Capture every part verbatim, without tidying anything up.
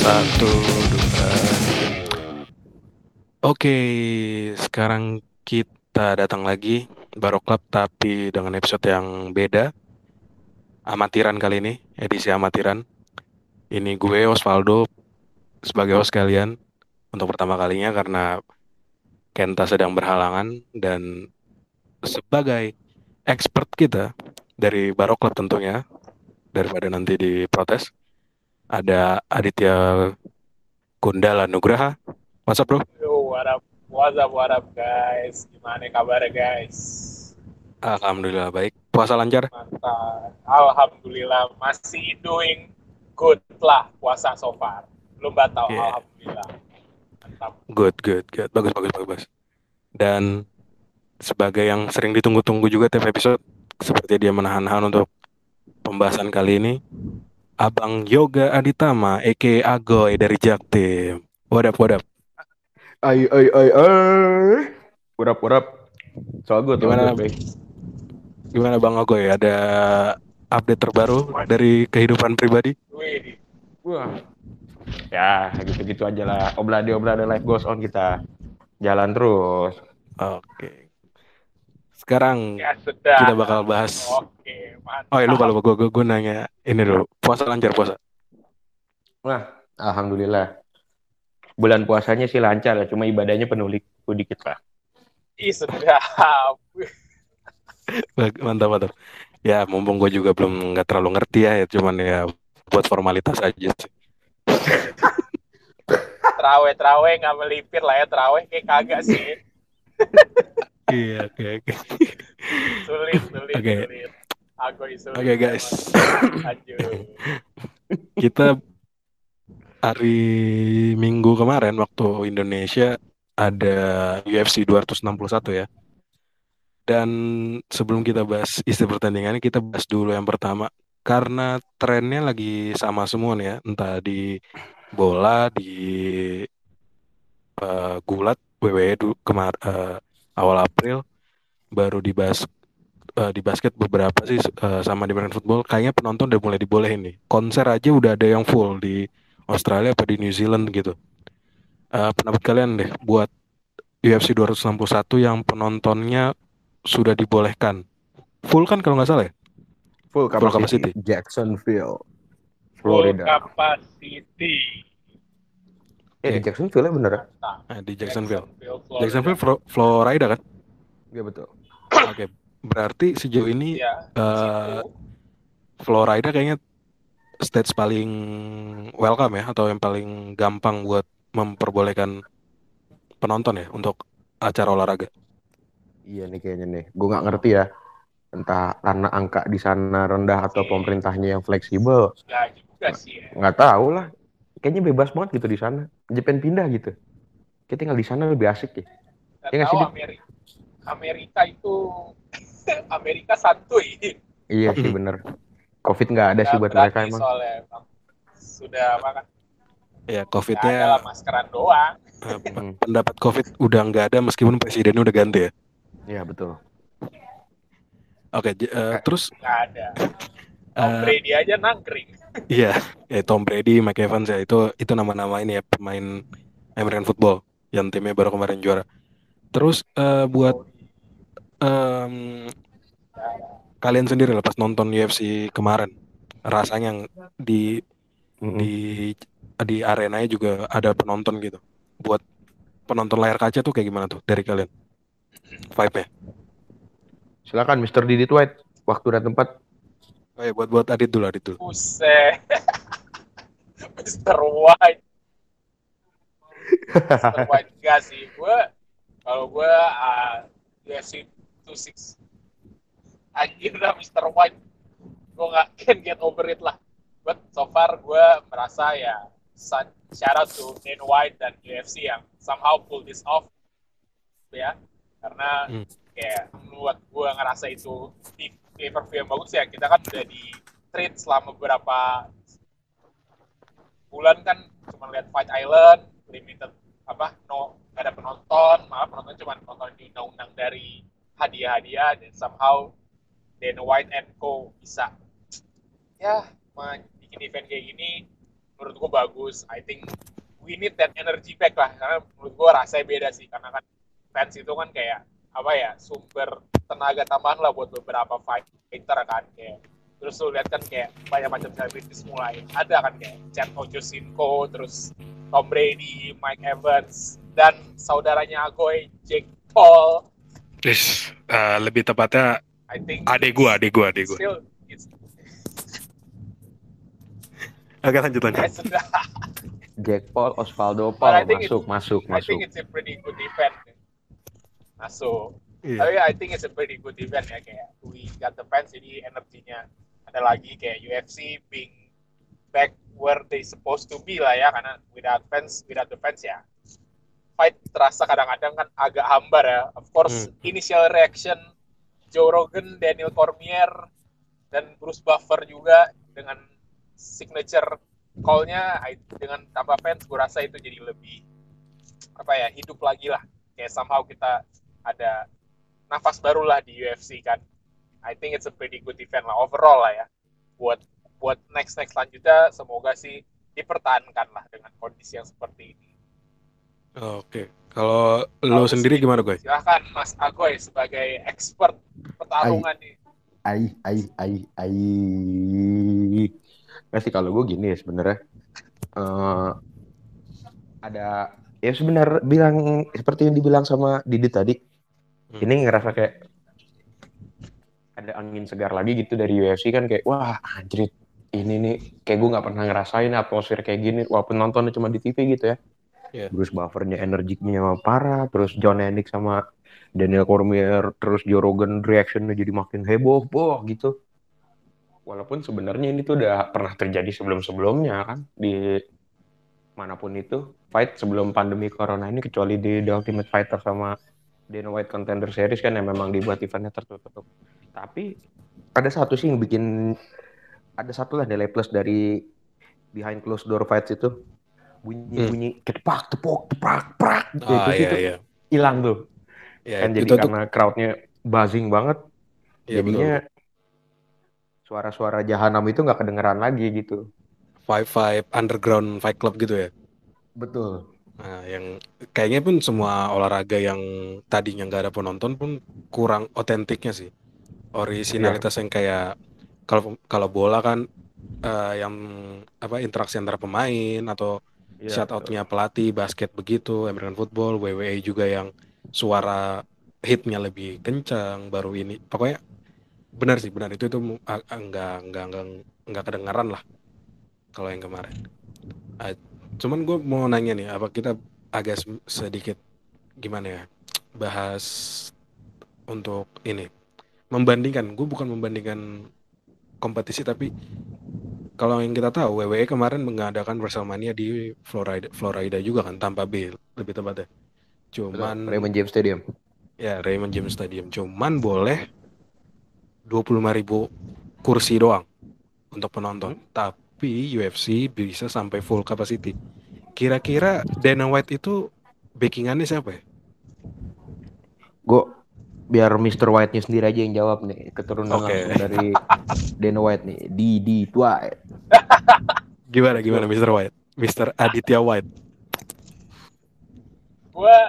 Satu, dua. Oke, sekarang kita datang lagi Barok Club tapi dengan episode yang beda. Amatiran kali ini, edisi amatiran. Ini gue Osvaldo sebagai host kalian untuk pertama kalinya karena Kenta sedang berhalangan dan sebagai expert kita dari Barok Club tentunya daripada nanti diprotes ada Aditya Gundala Nugraha. What's up bro? Yo, what up, what's up, what up guys? Gimana kabarnya guys? Alhamdulillah baik. Puasa lancar? Mantap. Alhamdulillah masih doing good lah puasa so far. Belum batal, Yeah. alhamdulillah. Mantap. Good, good, good. Bagus, bagus, bagus. Dan sebagai yang sering ditunggu-tunggu juga tiap episode, seperti dia menahan-nahan untuk pembahasan kali ini, Abang Yoga Aditama, a k a. Agoy dari Jaktim. What up, what up? Ay, ay, ay, ay. Urap, urap. Soal gue, soal Gimana, gue, gimana Bang Agoy? Ada update terbaru dari kehidupan pribadi? Wih, Wah. Ya, gitu-gitu aja lah. Oblade-oblade life goes on kita. Jalan terus. Oke. Sekarang ya sudah. kita bakal bahas. Oke, mantap. Oh ya lupa lupa gue gue, gue nanya ini dulu. Puasa lancar puasa? Wah, alhamdulillah. Bulan puasanya sih lancar ya, cuma ibadahnya penuh liku dikit lah. Ih, sudah. Mantap mantap. Ya mumpung gue juga belum nggak terlalu ngerti ya, ya cuman ya buat formalitas aja sih. Terawih, terawih nggak melipir lah ya, terawih kayak kagak sih. Iya oke oke. Sulit, sulit, Oke. sulit. Agoy sulit. Oke guys. Lanjut. Kita hari Minggu kemarin waktu Indonesia ada U F C dua enam satu ya. Dan sebelum kita bahas isi pertandingannya, kita bahas dulu yang pertama. Karena trennya lagi sama semua nih ya. Entah di bola, di uh, gulat, W W E dulu kemar uh, awal April. Baru dibahas uh, di basket beberapa sih uh, sama di American football. Kayaknya penonton udah mulai dibolehin nih. Konser aja udah ada yang full di Australia apa di New Zealand gitu. Uh, pendapat kalian deh buat U F C dua enam satu yang penontonnya sudah dibolehkan full kan kalau nggak salah ya? Full capacity. Full capacity. Jacksonville, Full Florida. capacity. Eh, di Jacksonville ya bener ya? Nah, di Jacksonville. Jacksonville, Jacksonville, Flo- Florida kan? Iya betul. Oke, okay. Berarti sejauh ini ya, uh, Florida kayaknya stage paling welcome ya, atau yang paling gampang buat memperbolehkan penonton ya untuk acara olahraga. Iya nih kayaknya nih. Gue nggak ngerti ya. Entah karena angka di sana rendah atau pemerintahnya yang fleksibel. Nggak juga sih ya. Nggak tahu lah. Kayaknya bebas banget gitu di sana. Jepang pindah gitu. Kita tinggal di sana lebih asik ya. Nggak Ya nggak tahu sih, Dit? Amerika. Amerika itu Amerika santuy. Iya sih bener. Covid nggak ada Nggak sih buat berani mereka emang. soalnya emang sudah apa kan? Ya, Nggak COVID-nya ada lah, maskeran doang. uh, pendapat COVID udah nggak ada meskipun presidennya udah ganti ya. Iya betul. Oke, j- uh, terus Nggak ada. Tom uh, Brady aja nangkring. Iya, ya Tom Brady, Mike Evans ya itu itu nama-nama ini ya pemain American football yang timnya baru kemarin juara. Terus uh, buat um, kalian sendiri lah pas nonton U F C kemarin, rasanya di Mm-mm. di di arenanya juga ada penonton gitu. Buat penonton layar kaca tuh kayak gimana tuh dari kalian? Vibe-nya. Silakan mister Didit White, waktu dan tempat. Oh ya, buat buat Adit dulu, Adit dulu. Buset. mister White. mister White enggak sih. Gue kalau gue uh, U F C dua puluh enam anjir dah mister White. Gue nggak can get over it lah. But so far gue merasa ya shout out to Dana White dan U F C yang somehow pull this off ya. Karena hmm. kayak menurut gue ngerasa itu di pay-per-view yang bagus ya. Kita kan udah di treat selama beberapa bulan kan cuma lihat Fight Island, limited apa no gak ada penonton, malah penonton cuma nonton di undang-undang dari hadiah-hadiah dan somehow Dana White and Co bisa ya bikin event kayak gini menurut gue bagus. I think we need that energy back lah, karena menurut gue rasanya beda sih, karena kan fans itu kan kayak apa ya, sumber tenaga tambahan lah buat beberapa fighter kan, kayak terus lu lihat kan kayak banyak macam selebritis mulai ada kan, kayak Chad Ochocinco, terus Tom Brady, Mike Evans, dan saudaranya Agoy, Jake Paul. Yes, uh, lebih tepatnya I think adek gua, adek gua, adek gua. still it's Oke, lanjut lanjut. eh, sudah. Jack Paul, Osvaldo But I Paul think masuk, it's- masuk, I think masuk. it's a pretty good event. Masuk. Iya. Tapi I think it's a pretty good event ya, kayak we got the fans, jadi energinya ada lagi, kayak U F C being back where they supposed to be lah ya, karena without fans, without the fans ya fight terasa kadang-kadang kan agak hambar ya. Of course, Hmm. initial reaction Joe Rogan, Daniel Cormier, dan Bruce Buffer juga dengan signature call-nya, I- dengan tambah fans, gue rasa itu jadi lebih apa ya, hidup lagi lah. Kayak somehow kita ada nafas baru lah di U F C kan. I think it's a pretty good event lah overall lah ya. Buat buat next next selanjutnya semoga sih dipertahankan lah dengan kondisi yang seperti ini. Oke, kalau lo Kalau sendiri Muslim, gimana gue? silahkan Mas Agoy sebagai expert pertarungan nih. Ai, ai, ai, ai. Nggak sih, kalau gue gini ya sebenarnya. Eh, ada ya sebenarnya bilang seperti yang dibilang sama Didi tadi. Hmm. Ini ngerasa kayak ada angin segar lagi gitu dari U F C kan, kayak wah anjir ini nih kayak gue nggak pernah ngerasain atmosfer kayak gini walaupun nontonnya cuma di T V gitu ya. Iya. Bruce Buffernya energiknya parah, terus John Anik sama Daniel Cormier, terus Joe Rogan reactionnya jadi makin heboh, boh gitu. Walaupun sebenarnya ini tuh udah pernah terjadi sebelum-sebelumnya kan di manapun itu, fight sebelum pandemi corona ini, kecuali di The Ultimate Fighter sama Dana White Contender Series kan yang memang dibuat eventnya tertutup. Tapi ada satu sih yang bikin, ada satu lah nilai plus dari behind closed door fights itu, bunyi-bunyi ketepak, tepok, tepak, prak gitu. Ah, Terus iya, itu iya. hilang tuh. Ya, Kan jadi itu tuh, karena crowdnya buzzing banget, ya, jadinya betul. suara-suara jahanam itu nggak kedengeran lagi gitu. Five Five Underground Fight Club gitu ya. Betul. Nah, yang kayaknya pun semua olahraga yang tadinya nggak ada penonton pun kurang otentiknya sih. Originalitas yang kayak kalau kalau bola kan eh, yang apa interaksi antara pemain atau Iya, shout-outnya pelatih, basket begitu, American football, W W E juga yang suara hitnya lebih kencang, baru ini. Pokoknya benar sih, benar itu itu mu- ah, ah, nggak nggak nggak nggak kedengaran lah kalau yang kemarin. Ah, cuman gue mau nanya nih, apa kita agak sem- sedikit gimana ya bahas untuk ini membandingkan, gue bukan membandingkan kompetisi tapi kalau yang kita tahu W W E kemarin mengadakan WrestleMania di Florida, Florida juga kan, Tampa Bay lebih tepatnya. betul. Cuman Raymond James Stadium. ya Raymond James Stadium, cuman boleh dua puluh lima ribu kursi doang untuk penonton. Tapi U F C bisa sampai full capacity. Kira-kira Dana White itu backingannya siapa ya? Gue biar mister White-nya sendiri aja yang jawab nih, keturunan Oke. langsung dari Dana White nih, Didi White. Gimana gimana mister White? mister Aditya White. Gue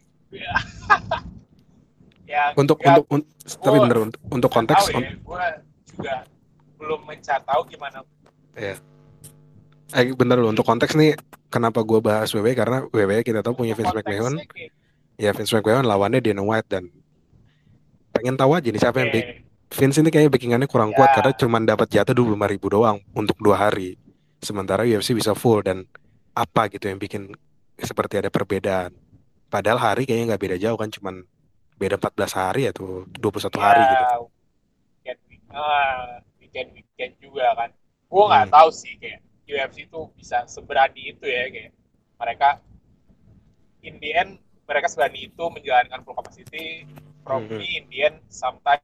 ya Untuk nggak- untuk un- tapi gua bener untuk, untuk nggak konteks tahu ya, gue juga belum mencari tahu gimana. ya. Eh bener loh, untuk konteks nih kenapa gue bahas W W E karena W W E kita tahu punya Untuk Vince McMahon. konteksnya kayak, Ya Vince McMahon lawannya Dana White dan pengen tahu aja nih siapa yang back. kayak, Vince ini kayaknya backingannya kurang Ya. kuat karena cuma dapat jatah dua puluh lima ribu doang untuk dua hari. Sementara U F C bisa full dan apa gitu yang bikin seperti ada perbedaan. Padahal hari kayaknya nggak beda jauh kan, cuman beda empat belas hari atau dua puluh satu hari gitu. ya weekend weekend, ah, weekend weekend juga kan. Gue nggak Hmm. tahu sih kayak U F C itu bisa seberani itu ya, kayak mereka in the end mereka seberani itu menjalankan full capacity. Probably Mhm. in the end sometimes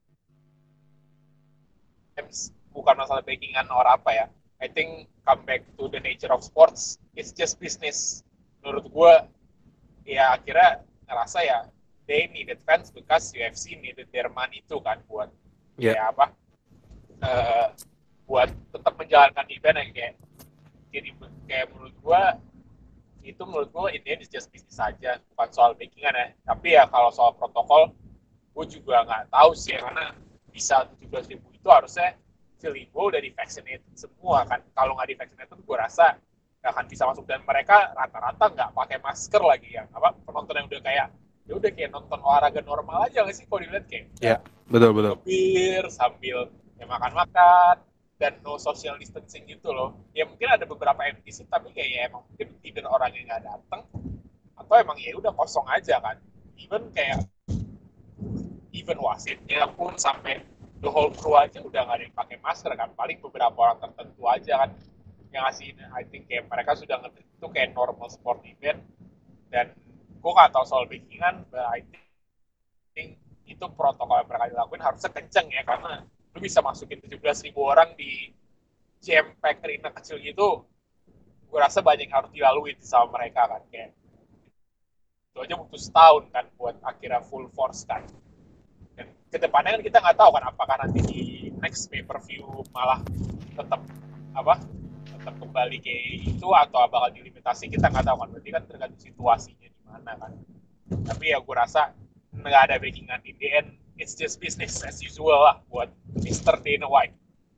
bukan masalah backingan or apa ya. I think come back to the nature of sports, it's just business. Menurut gue ya akhirnya ngerasa ya they needed fans because U F C needed their money itu kan buat Ya. kayak apa, eh, buat tetap menjalankan event yang kayak jadi kayak menurut gue itu menurut gue ini is just business saja, bukan soal backingan ya. Tapi ya kalau soal protokol gue juga nggak tahu sih ya, karena bisa tujuh belas ribu itu harusnya Filippo udah di vaccinated semua kan. Kalau nggak di vaccinated gue rasa nggak akan bisa masuk, dan mereka rata-rata nggak pakai masker lagi ya, apa penonton yang udah kayak ya udah kayak nonton olahraga normal aja nggak sih kalau dilihat kayak Ya, ya, betul sambil betul. ngebir sambil ya makan-makan dan no social distancing gitu loh. Ya mungkin ada beberapa M T C tapi kayak ya emang mungkin either orang yang nggak datang atau emang ya udah kosong aja kan. Even kayak even wasitnya pun sampai the whole crew aja udah nggak ada yang pakai masker kan, paling beberapa orang tertentu aja kan yang ngasih. I think kayak mereka sudah ngerti itu kayak normal sport event, dan gue nggak tahu soal backingan, but I think itu protokol yang mereka dilakuin harusnya kenceng ya, karena lu bisa masukin tujuh belas ribu orang di jam pack arena kecil gitu. Gue rasa banyak yang harus dilalui sama mereka kan, kayak itu aja butuh setahun kan buat akhirnya full force kan. Dan kedepannya kan kita nggak tahu kan apakah nanti di next pay per view malah tetap apa tetap kembali kayak itu atau bakal dilimitasi, kita nggak tahu kan, berarti kan tergantung situasinya di mana kan. Tapi ya gue rasa nggak ada backingan, in the end it's just business as usual lah buat mister Dana White.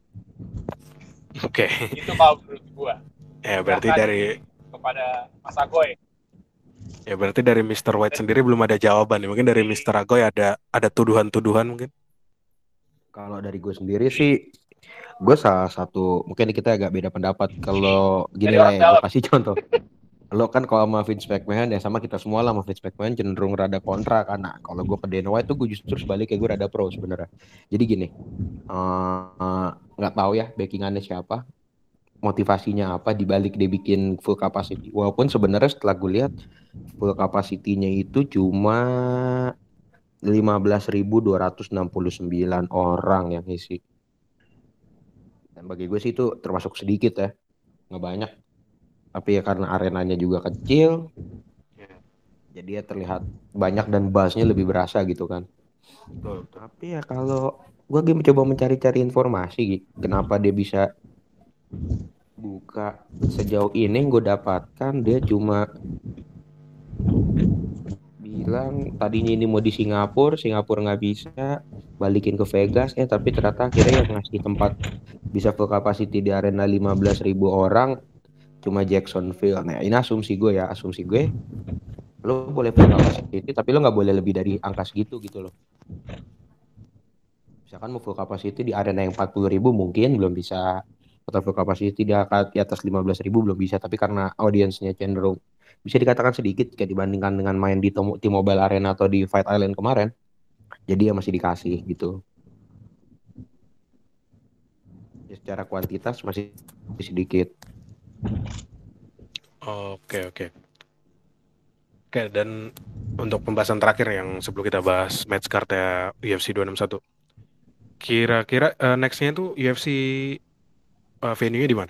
Oke. Itu kalau menurut gue. Ya berarti Bahkan dari kepada Mas Agoy. ya berarti dari mister White sendiri belum ada jawaban. Mungkin dari mister Agoy ada ada tuduhan-tuduhan mungkin. Kalau dari gue sendiri sih, gue salah satu, mungkin kita agak beda pendapat. Kalau gini Dari lah orang ya, gue dalam. kasih contoh. Lo kan kalau sama Vince McMahon ya sama kita semua lah, sama Vince McMahon cenderung rada kontra kan. Nah, kalau gue ke Dana White tuh gue justru sebaliknya, gue rada pro sebenarnya. Jadi gini, eh, nggak tahu ya backingannya siapa, motivasinya apa dibalik dia bikin full capacity. Walaupun sebenarnya setelah gue lihat full capacity-nya itu cuma lima belas ribu dua ratus enam puluh sembilan orang yang isi. Dan bagi gue sih itu termasuk sedikit ya, nggak banyak. Tapi ya karena arenanya juga kecil, jadi ya terlihat banyak dan bassnya lebih berasa gitu kan. Betul, betul. Tapi ya kalau gue lagi mencoba mencari-cari informasi gitu, kenapa dia bisa buka sejauh ini, gue dapatkan dia cuma bilang tadinya ini mau di Singapura, Singapura nggak bisa, balikin ke Vegas, eh tapi ternyata akhirnya yang ngasih tempat bisa full capacity di arena lima belas ribu orang cuma Jacksonville. Nah ini asumsi gue ya, asumsi gue lo boleh full capacity tapi lo nggak boleh lebih dari angka segitu gitu loh. Misalkan mau full capacity di arena yang empat puluh ribu mungkin belum bisa, atau full capacity di di atas lima belas ribu belum bisa, tapi karena audiensnya cenderung bisa dikatakan sedikit kayak dibandingkan dengan main di T-Mobile Arena atau di Fight Island kemarin, jadi ya masih dikasih gitu ya, secara kuantitas masih sedikit. Oke, oke. Oke, dan untuk pembahasan terakhir yang sebelum kita bahas match card ya U F C dua enam satu. Kira-kira eh, next-nya tuh U F C eh, venue-nya di mana?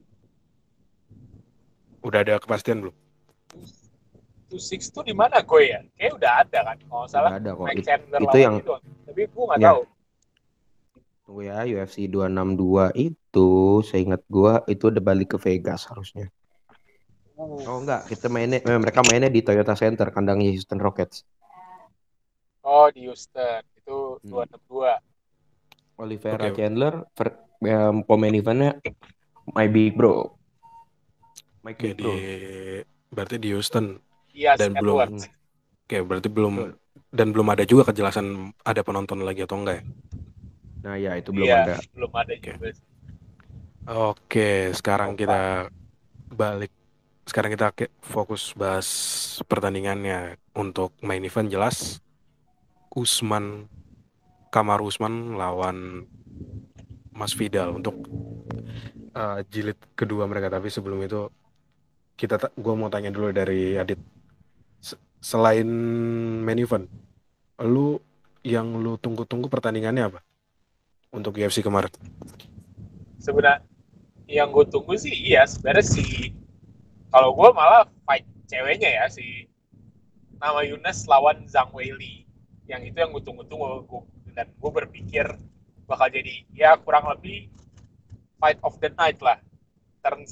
Udah ada kepastian belum? dua puluh enam tuh di mana gue ya? Kayak udah ada kan, kalau nggak salah Udah ada kok. Mike It- Chandler itu lawan yang itu. Tapi gue nggak ya tahu. tunggu ya, U F C dua enam dua itu seingat gua itu udah balik ke Vegas harusnya. Uh. Oh enggak, kita mainnya eh, mereka mainnya di Toyota Center kandangnya Houston Rockets. Oh di Houston itu dua Hmm. enam dua. Oliveira Oke, Chandler per, um, pemain eventnya My Big Bro. Mike oke Big di Bro. berarti di Houston Yes, dan belum Edwards. oke berarti belum Betul. dan belum ada juga kejelasan ada penonton lagi atau enggak ya? Nah ya itu belum Iya, ada. belum ada Oke. juga sih. Oke, sekarang So kita far. balik. Sekarang kita ke- fokus bahas pertandingannya. Untuk main event jelas Usman Kamaru Usman lawan Mas Vidal untuk uh, jilid kedua mereka. Tapi sebelum itu kita ta- gua mau tanya dulu dari Adit. Se- Selain main event, lu yang lu tunggu-tunggu pertandingannya apa untuk U F C kemarin? Sebenarnya yang gue tunggu sih iya sebenarnya sih, kalau gue malah fight ceweknya ya, si nama Yunus lawan Zhang Weili, yang itu yang gue tunggu-tunggu. Dan gue berpikir bakal jadi ya kurang lebih fight of the night lah. Turns out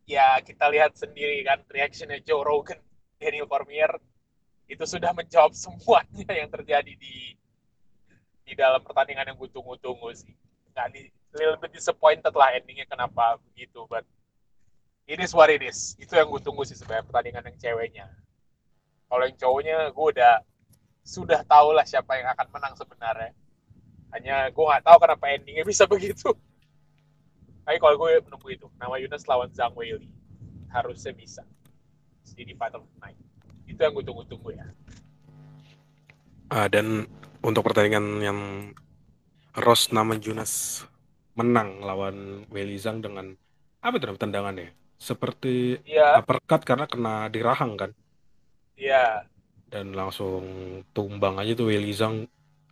ya kita lihat sendiri kan reactionnya Joe Rogan, Daniel Cormier itu sudah menjawab semuanya yang terjadi di di dalam pertandingan yang gue tunggu-tunggu sih. Nggak di, little bit disappointed lah endingnya kenapa begitu, but it is what it is. Itu yang gue tunggu sih sebenarnya pertandingan yang ceweknya. Kalau yang cowoknya gue udah sudah tahu lah siapa yang akan menang sebenarnya. Hanya gue nggak tahu kenapa endingnya bisa begitu. Tapi kalau gue menunggu itu, nama Yunus lawan Zhang Weili harusnya bisa di Battle of the Night. Itu yang gue tunggu-tunggu ya. Ah, dan untuk pertandingan yang Ross Namajunas menang lawan Weili Zhang dengan apa itu tendangannya? Seperti Iya, uppercut karena kena di rahang kan, iya, dan langsung tumbang aja tuh Weili Zhang.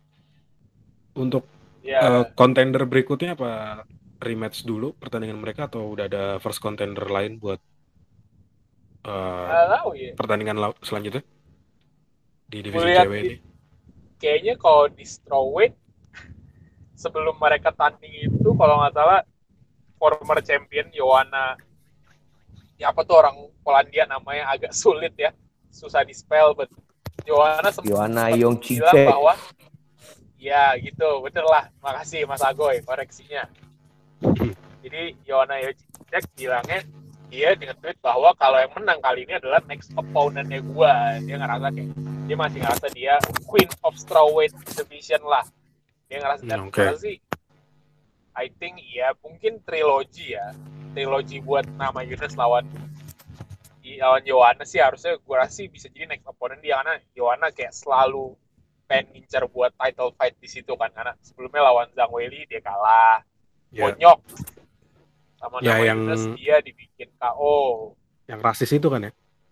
Untuk eh, iya. contender berikutnya apa rematch dulu pertandingan mereka atau udah ada first contender lain buat eh, Nggak tahu ya. pertandingan lau- selanjutnya di Gue divisi lihat cewek di, ini? kayaknya kalau di strawweight sebelum mereka tanding itu kalau nggak salah former champion Joanna, ya apa tuh orang Polandia namanya agak sulit ya, susah di spell, but Joanna sempat Joanna bilang Jędrzejczyk. bahwa ya gitu, bener lah, makasih Mas Agoy koreksinya. Jadi Joanna Jędrzejczyk bilangnya dia dengan tweet bahwa kalau yang menang kali ini adalah next opponentnya gue. Dia ngerasa kayak dia masih ngerasa dia queen of strawweight division lah. Dia ngerasa dan Hmm, oke. ngerasa sih I think ya mungkin trilogi ya, trilogi buat nama Yunus lawan lawan Joanna sih harusnya gue rasa sih bisa jadi next opponent dia, karena Joanna kayak selalu pengen ngincer buat title fight di situ kan, karena sebelumnya lawan Zhang Weili dia kalah, Ya, bonyok sama ya nama yang Yunus dia dibikin K O. yang rasis itu kan ya?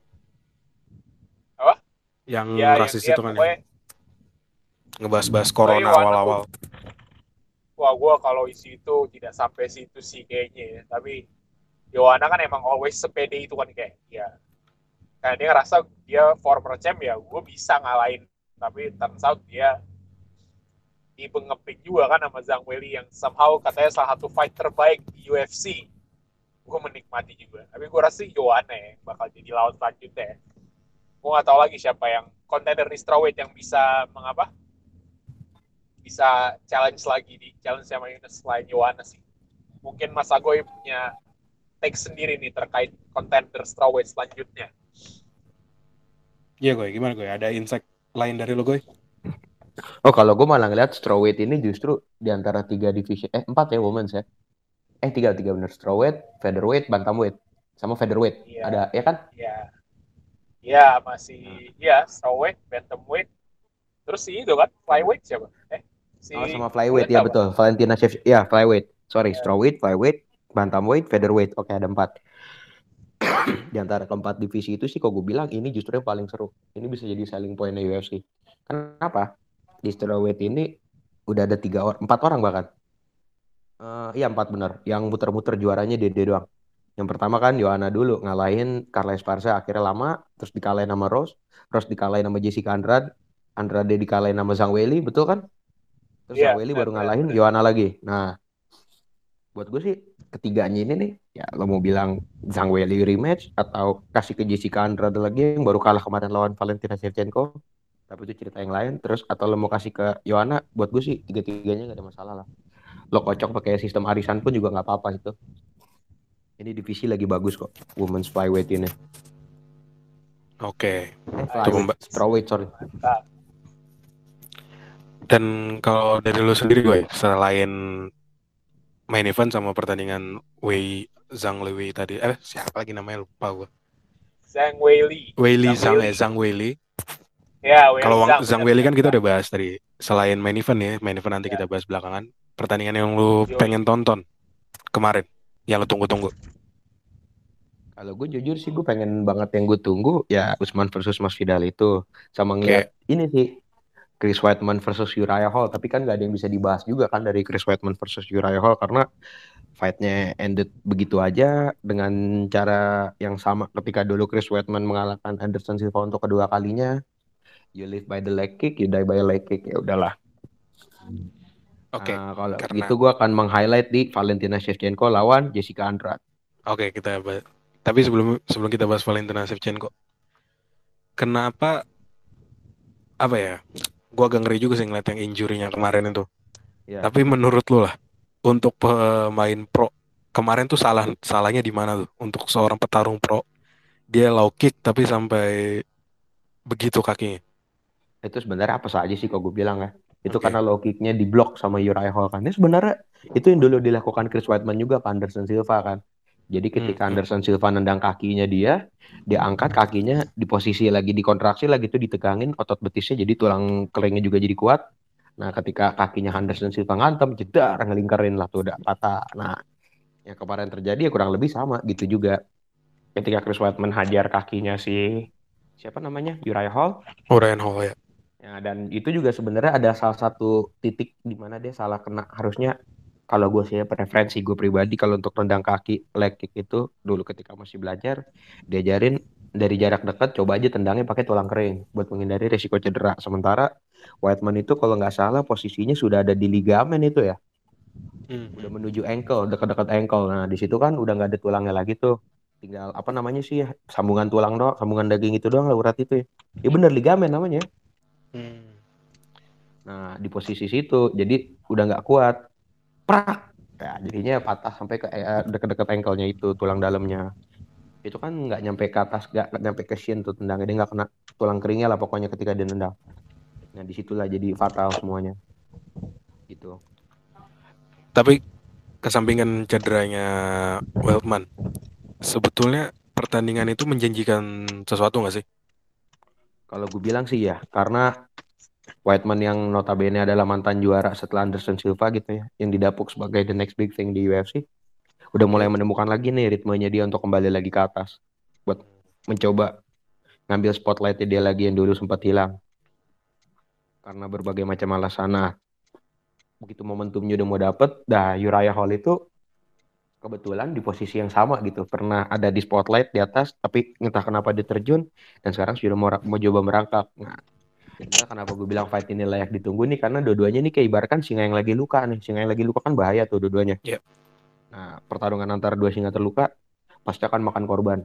Apa? Yang Ya yang rasis dia itu kan yang pokoknya ngebahas-bahas pokoknya corona Joanna tuh, awal-awal. wah gue kalau isi itu tidak sampai situ sih kayaknya ya, tapi Joanna kan emang always sepede itu kan kayak ya, karena dia ngerasa dia former champ ya gue bisa ngalahin, tapi turns out dia dibengepin juga kan sama Zhang Weili yang somehow katanya salah satu fight terbaik di U F C. Gue menikmati juga, tapi gue rasa Joanna ya bakal jadi lawan selanjutnya ya. Gue nggak tahu lagi siapa yang contender di strawweight yang bisa mengapa bisa challenge lagi di challenge sama Yunus selain Joanna sih. Mungkin Mas Agoy punya take sendiri nih terkait contender strawweight selanjutnya. Iya gue, gimana gue? Ada insight lain dari lo gue? Oh, kalau gue malah ngeliat strawweight ini justru di antara tiga divisi, eh empat ya women's ya. Eh tiga, tiga bener. Strawweight, featherweight, bantamweight. Sama featherweight. Iya, Ada, ya kan? iya, iya masih, iya strawweight, bantamweight, terus sih itu kan flyweight siapa? Eh, si Oh, sama flyweight, Valentina ya apa? betul. Valentina Shevchenko, ya flyweight. Sorry, Ya, strawweight, flyweight, bantamweight, featherweight. Oke, ada empat. Di antara keempat divisi itu sih, kok gue bilang ini justru yang paling seru. Ini bisa jadi selling point U F C. Kenapa? Di strawweight ini udah ada tiga orang, empat orang bahkan. Uh, iya empat bener. Yang muter-muter juaranya dia, dia doang. Yang pertama kan Joanna dulu ngalahin Carla Esparza, akhirnya lama, terus dikalahin sama Rose, Rose dikalahin sama Jessica Andrade, Andrade dikalahin sama Zhang Weili, betul kan? Terus iya, Zhang Weili benar, baru benar, ngalahin benar. Joanna lagi. Nah, buat gue sih ketiganya ini nih, ya lo mau bilang Zhang Weili rematch atau kasih ke Jessica Andrade lagi yang baru kalah kemarin lawan Valentina Shevchenko, tapi itu cerita yang lain. Terus atau lo mau kasih ke Joanna, buat gue sih tiga-tiganya gak ada masalah lah. Lo kocok pakai sistem arisan pun juga nggak apa-apa itu. Ini divisi lagi bagus kok, women's flyweight ini. Oke. Eh, flyweight, strawweight sorry. Mantap. Dan kalau dari lo sendiri gue, selain main event sama pertandingan Wei Zhang Wei tadi, eh siapa lagi namanya lupa gue. Zhang Weili. Weili Zhang ya, Zhang Weili. Ya, Weili Kalau Zhang. Zhang Weili kan kita udah bahas tadi. Selain main event ya, main event nanti Ya. kita bahas belakangan. Pertandingan yang lu Yoi. pengen tonton kemarin, yang lu tunggu-tunggu. Kalau gue jujur sih gue pengen banget yang gue tunggu ya Usman versus Masvidal itu, sama ngeliat Kayak ini sih Chris Weidman versus Uriah Hall, tapi kan gak ada yang bisa dibahas juga kan dari Chris Weidman versus Uriah Hall karena fight-nya ended begitu aja dengan cara yang sama ketika dulu Chris Weidman mengalahkan Anderson Silva untuk kedua kalinya. You live by the leg kick, you die by a leg kick, ya udahlah. oke, Nah, kalau karena gitu gue akan meng-highlight di Valentina Shevchenko lawan Jessica Andrade. oke kita bahas. Tapi sebelum sebelum kita bahas Valentina Shevchenko, kenapa apa ya? Gua agak ngeri juga sih ngeliat yang injury-nya kemarin itu. Ya, Tapi menurut lu lah, untuk pemain pro kemarin tuh salah salahnya di mana tuh? Untuk seorang petarung pro, dia low kick tapi sampai begitu kakinya. itu sebenarnya apa saja sih kalau gue bilang ya. Itu Oke. karena low kicknya diblok sama Uriah Hall kan. Ini sebenarnya itu yang dulu dilakukan Chris Weidman juga ke Anderson Silva kan. Jadi Hmm, ketika hmm, Anderson Silva nendang kakinya dia, dia angkat kakinya di posisi lagi dikontraksi lagi itu ditegangin otot betisnya jadi tulang kelingnya juga jadi kuat. Nah, ketika kakinya Anderson Silva ngantem, jedar ngelingkarin lah tuh udah patah. Nah, yang kemarin terjadi ya kurang lebih sama gitu juga. Ketika Chris Weidman hajar kakinya si siapa namanya? Uriah Hall. Ryan Hall ya. Ya, dan itu juga sebenarnya ada salah satu titik di mana dia salah kena. Harusnya kalau gue sih ya, preferensi gue pribadi kalau untuk tendang kaki leg kick itu dulu ketika masih belajar diajarin dari jarak dekat coba aja tendangnya pakai tulang kering buat menghindari risiko cedera. Sementara Whiteman itu kalau nggak salah posisinya sudah ada di ligamen itu ya, Hmm, udah hmm. menuju ankle, dekat-dekat ankle. Nah, di situ kan udah nggak ada tulangnya lagi tuh. Tinggal apa namanya sih ya, sambungan tulang doang, sambungan daging itu doang lah urat itu ya. Ya bener ligamen namanya. Hmm. Nah, di posisi situ, jadi udah nggak kuat. Prak! Ya, jadinya patah sampai ke eh, deket-deket ankle-nya itu, tulang dalamnya. Itu kan nggak nyampe ke atas, nggak nggak nyampe ke shin tuh tendangnya. Dia nggak kena tulang keringnya lah pokoknya ketika dia nendang. Nah, disitulah jadi fatal semuanya. Gitu. Tapi kesampingan cederanya Weltman, sebetulnya pertandingan itu menjanjikan sesuatu nggak sih? Kalau gue bilang sih ya, karena Whiteman yang notabene adalah mantan juara setelah Anderson Silva gitu ya, yang didapuk sebagai the next big thing di U F C, udah mulai Oke. menemukan lagi nih ritmenya dia untuk kembali lagi ke atas. Buat mencoba ngambil spotlight dia lagi yang dulu sempat hilang. Karena berbagai macam alasan. Nah, begitu momentumnya udah mau dapet, dah Uriah Hall itu kebetulan di posisi yang sama gitu. Pernah ada di spotlight di atas, tapi entah kenapa dia terjun, dan sekarang sudah mau, mau coba merangkak. Nah, inilah kenapa gue bilang fight ini layak ditunggu nih, karena dua-duanya nih kayak ibaratkan singa yang lagi luka nih. Singa yang lagi luka kan bahaya tuh dua-duanya. Ya. Nah, pertarungan antara dua singa terluka, pasti akan makan korban.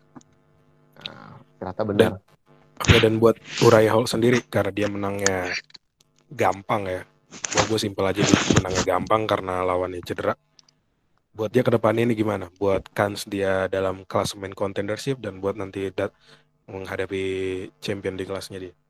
Nah, ternyata benar. Dan oke, dan buat Uriah Hall sendiri karena dia menangnya gampang ya. Buat gue simpel aja dia menangnya gampang karena lawannya cedera. Buat dia ke depannya ini gimana? Buat kans dia dalam klasemen contendership dan buat nanti dat menghadapi champion di kelasnya dia.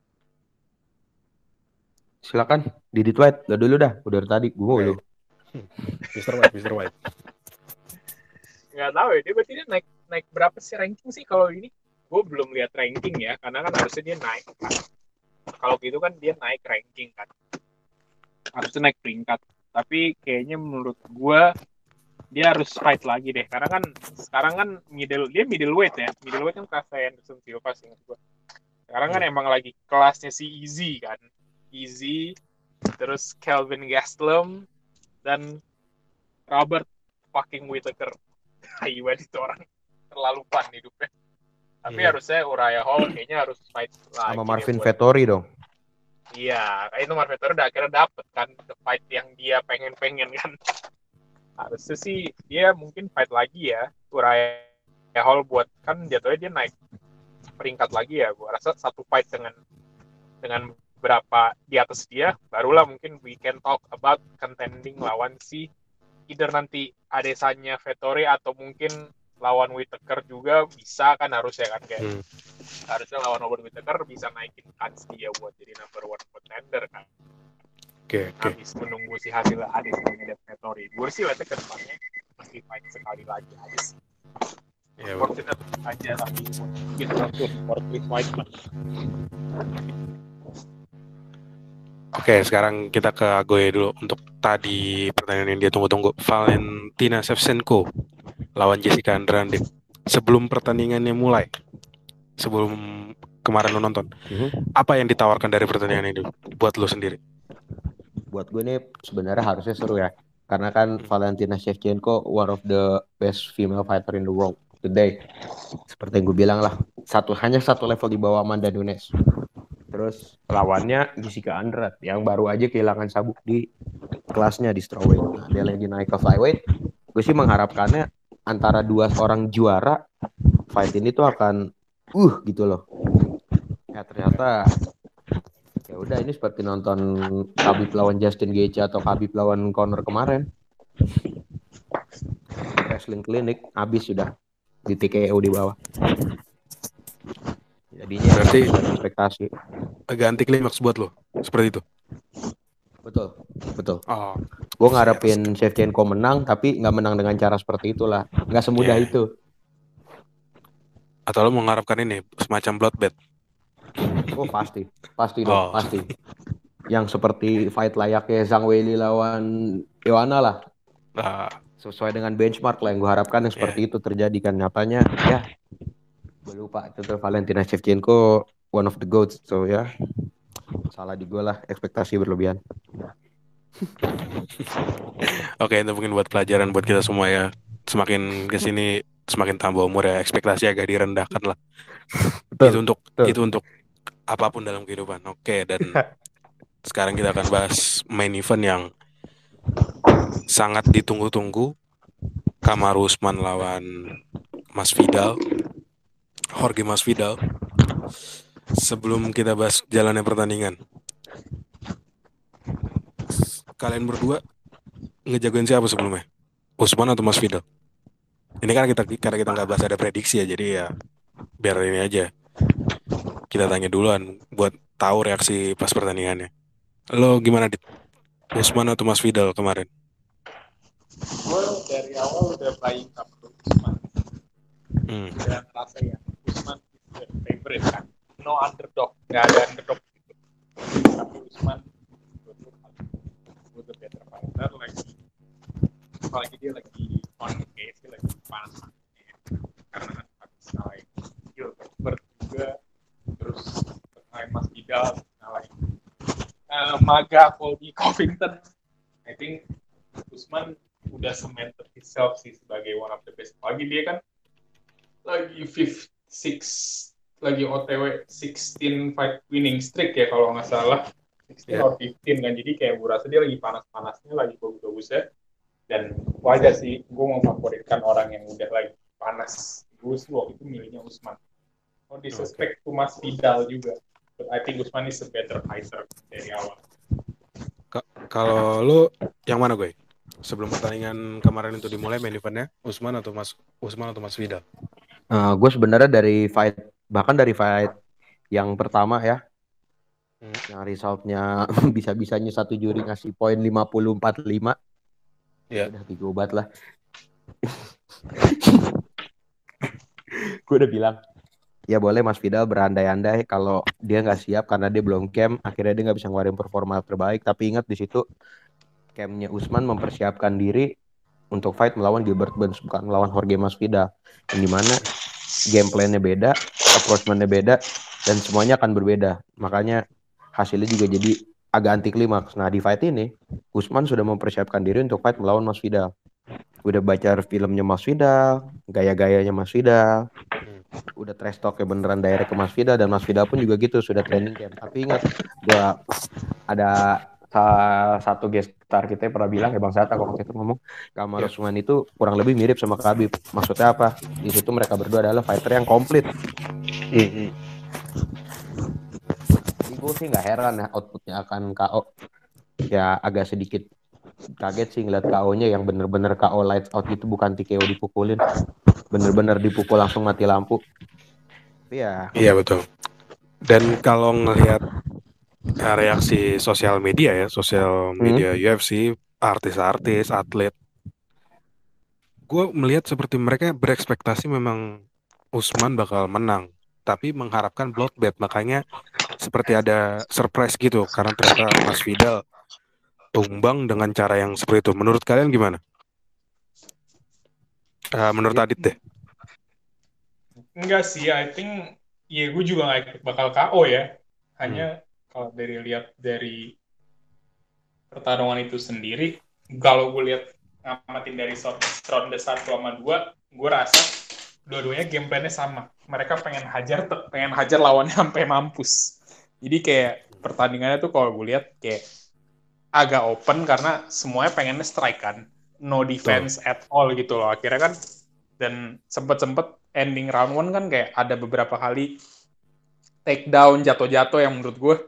Silakan, Didi White. Udah dulu dah, udah dari tadi. Gue Oke. lu. mister White, mister White. Nggak tahu ya, dia berarti dia naik naik berapa sih ranking sih kalau ini? Gue belum lihat ranking ya, karena kan harusnya dia naik kan. Kalau gitu kan dia naik ranking kan, harusnya naik peringkat. Tapi kayaknya menurut gue dia harus fight lagi deh, karena kan sekarang kan middle dia middleweight ya, middleweight kan kelasnya Anderson Silva sih menurut gue. Sekarang kan Hmm. emang lagi kelasnya si Easy kan, Easy, terus Kelvin Gastelum dan Robert fucking Whittaker. Hai banget itu orang, terlalu fun hidupnya. Tapi Hmm. harusnya Uriah Hall kayaknya harus fight lagi Sama deh Marvin buat- Vettori dong. Iya, kayak itu Marvin Vettori udah akhirnya dapet kan the fight yang dia pengen-pengen kan. Harusnya sih dia mungkin fight lagi ya Uriah Hall buat kan jatuhnya dia naik peringkat lagi ya. Gua rasa satu fight dengan dengan berapa di atas dia barulah mungkin we can talk about contending lawan si either nanti Adesanya Vettori atau mungkin lawan Whittaker juga bisa kan harusnya kan kayak Hmm. harusnya lawan Robert Whittaker bisa naikin kans dia buat jadi number one contender kan. Oke, oke. Habis menunggu si hasil Adesanya dan Vettori. Gue sih lihatnya ke depannya mesti fight sekali lagi aja sih. Ya, Fortunate aja tapi mungkin untuk support with Whiteman. Oke, sekarang kita ke Agoye dulu untuk tadi pertandingan yang dia tunggu-tunggu. Valentina Shevchenko lawan Jessica Andrade. Sebelum pertandingannya mulai, sebelum kemarin lo nonton, Mhm. apa yang ditawarkan dari pertandingan ini buat lo sendiri? Buat gue nih sebenarnya harusnya seru ya. Karena kan Valentina Shevchenko one of the best female fighter in the world today. Seperti yang gue bilang lah, satu hanya satu level di bawah Amanda Nunes. Terus lawannya Jessica Andrade yang baru aja kehilangan sabuk di kelasnya di strawweight. Nah, dia lagi naik ke flyweight. Gue sih mengharapkannya antara dua orang juara fight ini tuh akan uh gitu loh. Ya ternyata ya udah ini seperti nonton Khabib lawan Justin Gaethje atau Khabib lawan Conor kemarin. Wrestling clinic habis sudah di T K O di bawah. Jadinya Berarti nggak sesuai ekspektasi. agak anti klimaks buat lo. Seperti itu. Betul, betul. Oh, Gue siap. ngarepin Shevchenko menang, tapi nggak menang dengan cara seperti itulah. Nggak semudah Yeah. itu. Atau lo mengharapkan ini semacam bloodbath? Oh pasti, pasti dong, Oh. pasti. Yang seperti fight layaknya Zhang Weili lawan Joanna lah. Nah, Sesuai dengan benchmark lah yang gue harapkan yang seperti Yeah. itu terjadi kan. Nyatanya ya, gue lupa itu tuh Valentina Shevchenko one of the goats. So ya, salah di gue lah, ekspektasi berlebihan. Oke, itu mungkin buat pelajaran buat kita semua ya. Semakin kesini semakin tambah umur ya, ekspektasi agak direndahkan lah. Betul, Itu untuk betul. itu untuk apapun dalam kehidupan. Oke, dan sekarang kita akan bahas main event yang sangat ditunggu-tunggu. Kamaru Usman lawan Masvidal, Jorge Masvidal. Sebelum kita bahas jalannya pertandingan, kalian berdua ngejagoin siapa sebelumnya? Usman atau Masvidal? Ini kan kita karena kita nggak bahas ada prediksi ya, jadi ya biar ini aja. Kita tanya duluan buat tahu reaksi pas pertandingannya. Lo gimana, Dit? Usman atau Masvidal kemarin? Gue dari awal udah buying up ke Usman. Hmm. Udah ngerasa ya Usman is the favorite kan. No underdog, nggak ada underdog gitu. Tapi Usman gue tuh gue the better fighter lagi. Apalagi dia lagi on case, dia lagi panas-panasnya. Karena kan habis ngalahin Gilbert juga, terus ngalahin Masvidal, ngalahin uh, Maga Colby Covington. I think Usman udah cemented himself sih sebagai one of the best. Lagi dia kan lagi fifth, six, lagi O T W sixteen fight winning streak ya kalau nggak salah. sixteen Yeah. or fifteen kan, jadi kayak gue rasa dia lagi panas-panasnya, lagi bagus-bagusnya. Dan wajar sih, gue mau favoritkan orang yang udah lagi panas. Gue sih waktu itu milihnya Usman. No disrespect to Masvidal juga, but I think Usman is a better fighter dari awal. Ka- Kalau lo yang mana gue? Sebelum pertandingan kemarin itu dimulai main eventnya, Usman atau Mas Usman atau Masvidal? Uh, gue sebenarnya dari fight, bahkan dari fight yang pertama ya, Hmm. yang resultnya bisa-bisanya satu juri ngasih poin lima puluh empat lima. Ya. Udah tiga obat lah. Gue udah bilang, ya boleh Masvidal berandai-andai kalau dia nggak siap karena dia belum camp, akhirnya dia nggak bisa ngeluarin performa terbaik. Tapi ingat di situ campnya Usman mempersiapkan diri untuk fight melawan Gilbert Burns, bukan melawan Jorge Masvidal. Yang dimana game plan-nya beda, approach-nya beda, dan semuanya akan berbeda. Makanya hasilnya juga jadi agak anti klimaks. Nah di fight ini Usman sudah mempersiapkan diri untuk fight melawan Masvidal. Udah baca filmnya Masvidal, gaya-gayanya Masvidal, udah trash talk-nya beneran direct ke Masvidal, dan Masvidal pun juga gitu sudah training camp. Tapi ingat, gua ada salah satu guest star kita pernah bilang ya Bang Sata kalau kita ngomong Kamaru Yeah. Usman itu kurang lebih mirip sama Khabib. Maksudnya apa? Di situ mereka berdua adalah fighter yang komplit. Hmm. Jadi gue sih nggak heran ya outputnya akan K O. Ya agak sedikit kaget sih ngeliat K O-nya yang bener-bener K O lights out gitu, bukan T K O dipukulin. Bener-bener dipukul langsung mati lampu. Tapi ya. Iya betul. Dan kalau ngelihat uh, reaksi sosial media ya, sosial media Hmm. U F C, artis-artis, atlet, gue melihat seperti mereka berekspektasi memang Usman bakal menang, tapi mengharapkan bloodbath. Makanya seperti ada surprise gitu, karena ternyata Masvidal tumbang dengan cara yang seperti itu. Menurut kalian gimana? Uh, menurut Adit deh. Enggak sih, I think ya gue juga nggak ikut bakal K O ya. Hanya hmm. kalau dari lihat dari pertarungan itu sendiri, kalau gue lihat ngamatin dari ronde satu sama dua, gue rasa dua-duanya game plan-nya sama. Mereka pengen hajar, pengen hajar lawannya sampai mampus. Jadi kayak pertandingannya tuh kalau gue lihat kayak agak open karena semuanya pengennya strike kan, no defense oh. at all gitu loh. Akhirnya kan dan sempet-sempet ending round one kan kayak ada beberapa kali takedown jatuh-jatuh yang menurut gue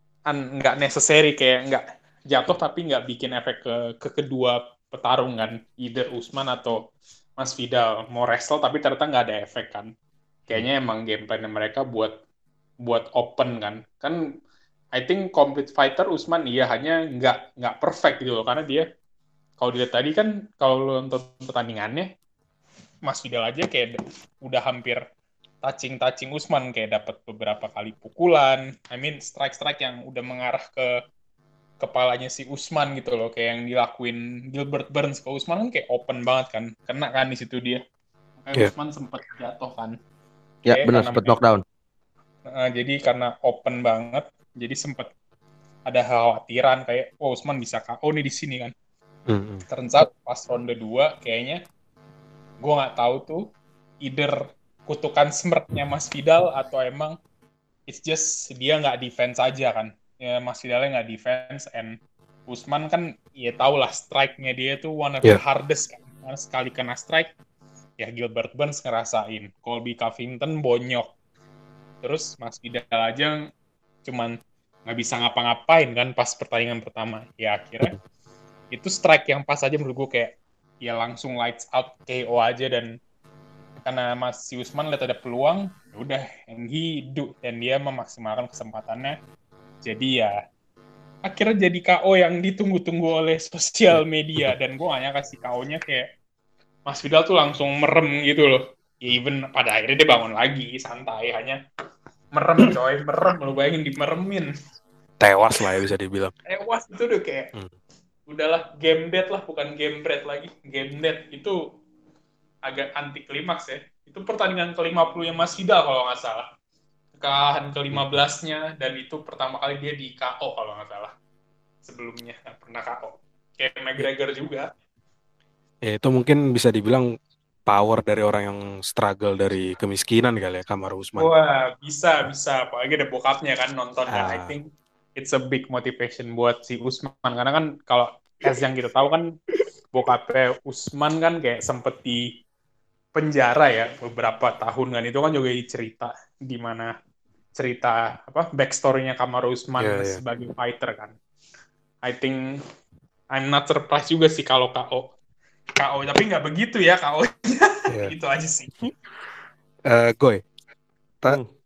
nggak necessary, kayak nggak jatuh tapi nggak bikin efek ke, ke kedua petarung kan, either Usman atau Masvidal mau wrestle tapi ternyata nggak ada efek kan. Kayaknya emang game plan mereka buat buat open kan. Kan I think complete fighter Usman iya, hanya nggak nggak perfect gitu loh, karena dia kalau dilihat tadi kan kalau lo nonton pertandingannya Masvidal aja kayak udah hampir touching-touching Usman, kayak dapat beberapa kali pukulan, I mean strike-strike yang udah mengarah ke kepalanya si Usman gitu loh, kayak yang dilakuin Gilbert Burns ke Usman kan kayak open banget kan, kena kan di situ dia. Kayak Yeah. Usman sempat jatuh kan. Ya Kayak benar, karena sempat knockdown. uh, jadi karena open banget, jadi sempat ada khawatiran kayak oh Usman bisa K O nih di sini kan. Mm-hmm. Turns out pas ronde dua kayaknya gue nggak tahu tuh either kutukan smirknya Masvidal atau emang it's just dia nggak defense aja kan. Ya Masvidalnya nggak defense, and Usman kan ya tau lah strike-nya dia tuh one of Yeah. the hardest kan. Karena sekali kena strike ya Gilbert Burns ngerasain, Colby Covington bonyok, terus Masvidal aja cuman nggak bisa ngapa-ngapain kan pas pertandingan pertama. Ya akhirnya itu strike yang pas aja menurut gue, kayak ya langsung lights out K O aja, dan karena Mas si Usman lihat ada peluang, ya udah and he do, dan dia memaksimalkan kesempatannya. Jadi ya akhirnya jadi K O yang ditunggu-tunggu oleh sosial media, dan gue gak nyangka si K O-nya kayak Masvidal tuh langsung merem gitu loh. Ya even pada akhirnya dia bangun lagi santai, hanya merem coy, merem, lu bayangin dimeremin. Tewas lah ya bisa dibilang. Tewas itu udah kayak hmm. udahlah game dead lah, bukan game bread lagi, game dead. Itu agak anti klimaks ya. Itu pertandingan ke lima puluh yang Masvidal kalau nggak salah. Kekalahan ke lima belasnya, dan itu pertama kali dia di K O kalau nggak salah. Sebelumnya nggak pernah K O. Kayak McGregor juga. Ya itu mungkin bisa dibilang power dari orang yang struggle dari kemiskinan kali ya, Kamaru Usman. Wah, bisa, bisa. Apalagi ada bokapnya kan nonton. Ah. Kan I think it's a big motivation buat si Usman. Karena kan kalau as yang kita tahu kan bokapnya Usman kan kayak sempet di penjara ya beberapa tahun kan. Itu kan juga cerita di mana cerita apa backstory-nya Kamaru Usman yeah, yeah. sebagai fighter kan. I think I'm not surprised juga sih kalau K O. K O tapi nggak begitu ya K O-nya. Yeah. Itu aja sih. Uh, Goy, ta- hmm.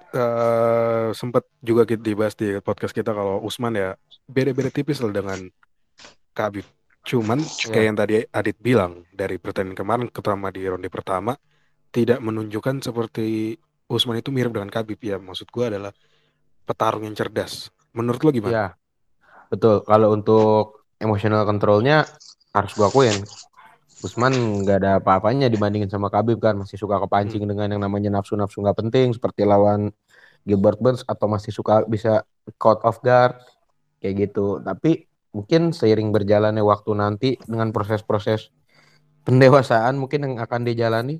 uh, sempat juga kita dibahas di podcast kita kalau Usman ya beda-beda tipis lah dengan Khabib. Cuman yeah. kayak yang tadi Adit bilang, dari pertandingan kemarin terutama di ronde pertama tidak menunjukkan seperti Usman itu mirip dengan Khabib. Ya maksud gue adalah petarung yang cerdas. Menurut lo gimana? Ya betul. Kalau untuk emotional controlnya harus gue akuin Usman nggak ada apa-apanya dibandingin sama Khabib kan. Masih suka kepancing hmm. dengan yang namanya nafsu-nafsu nggak penting seperti lawan Gilbert Burns, atau masih suka bisa caught off guard kayak gitu. Tapi mungkin seiring berjalannya waktu nanti dengan proses-proses pendewasaan mungkin yang akan dijalani,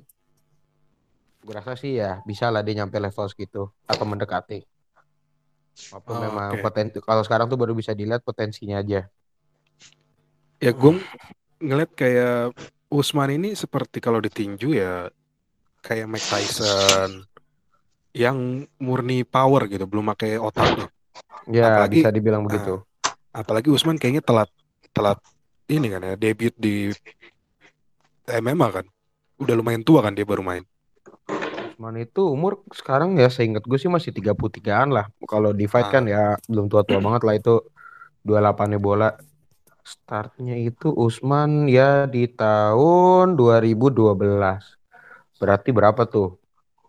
gue rasa sih ya bisa lah dia nyampe level segitu atau mendekati. Walaupun oh, memang okay. potensi kalau sekarang tuh baru bisa dilihat potensinya aja. Ya gue ngeliat kayak Usman ini seperti kalau ditinju ya kayak Mike Tyson yang murni power gitu, belum pakai otaknya. Ya apalagi, bisa dibilang begitu. Uh, apalagi Usman kayaknya telat telat ini kan ya, debut di M M A kan. Udah lumayan tua kan dia baru main. Usman itu umur sekarang ya seingat gue sih masih tiga puluh tigaan lah. Kalau di fight ah. kan ya belum tua-tua banget lah, itu dua puluh delapan bola. Startnya itu Usman ya di tahun dua ribu dua belas. Berarti berapa tuh?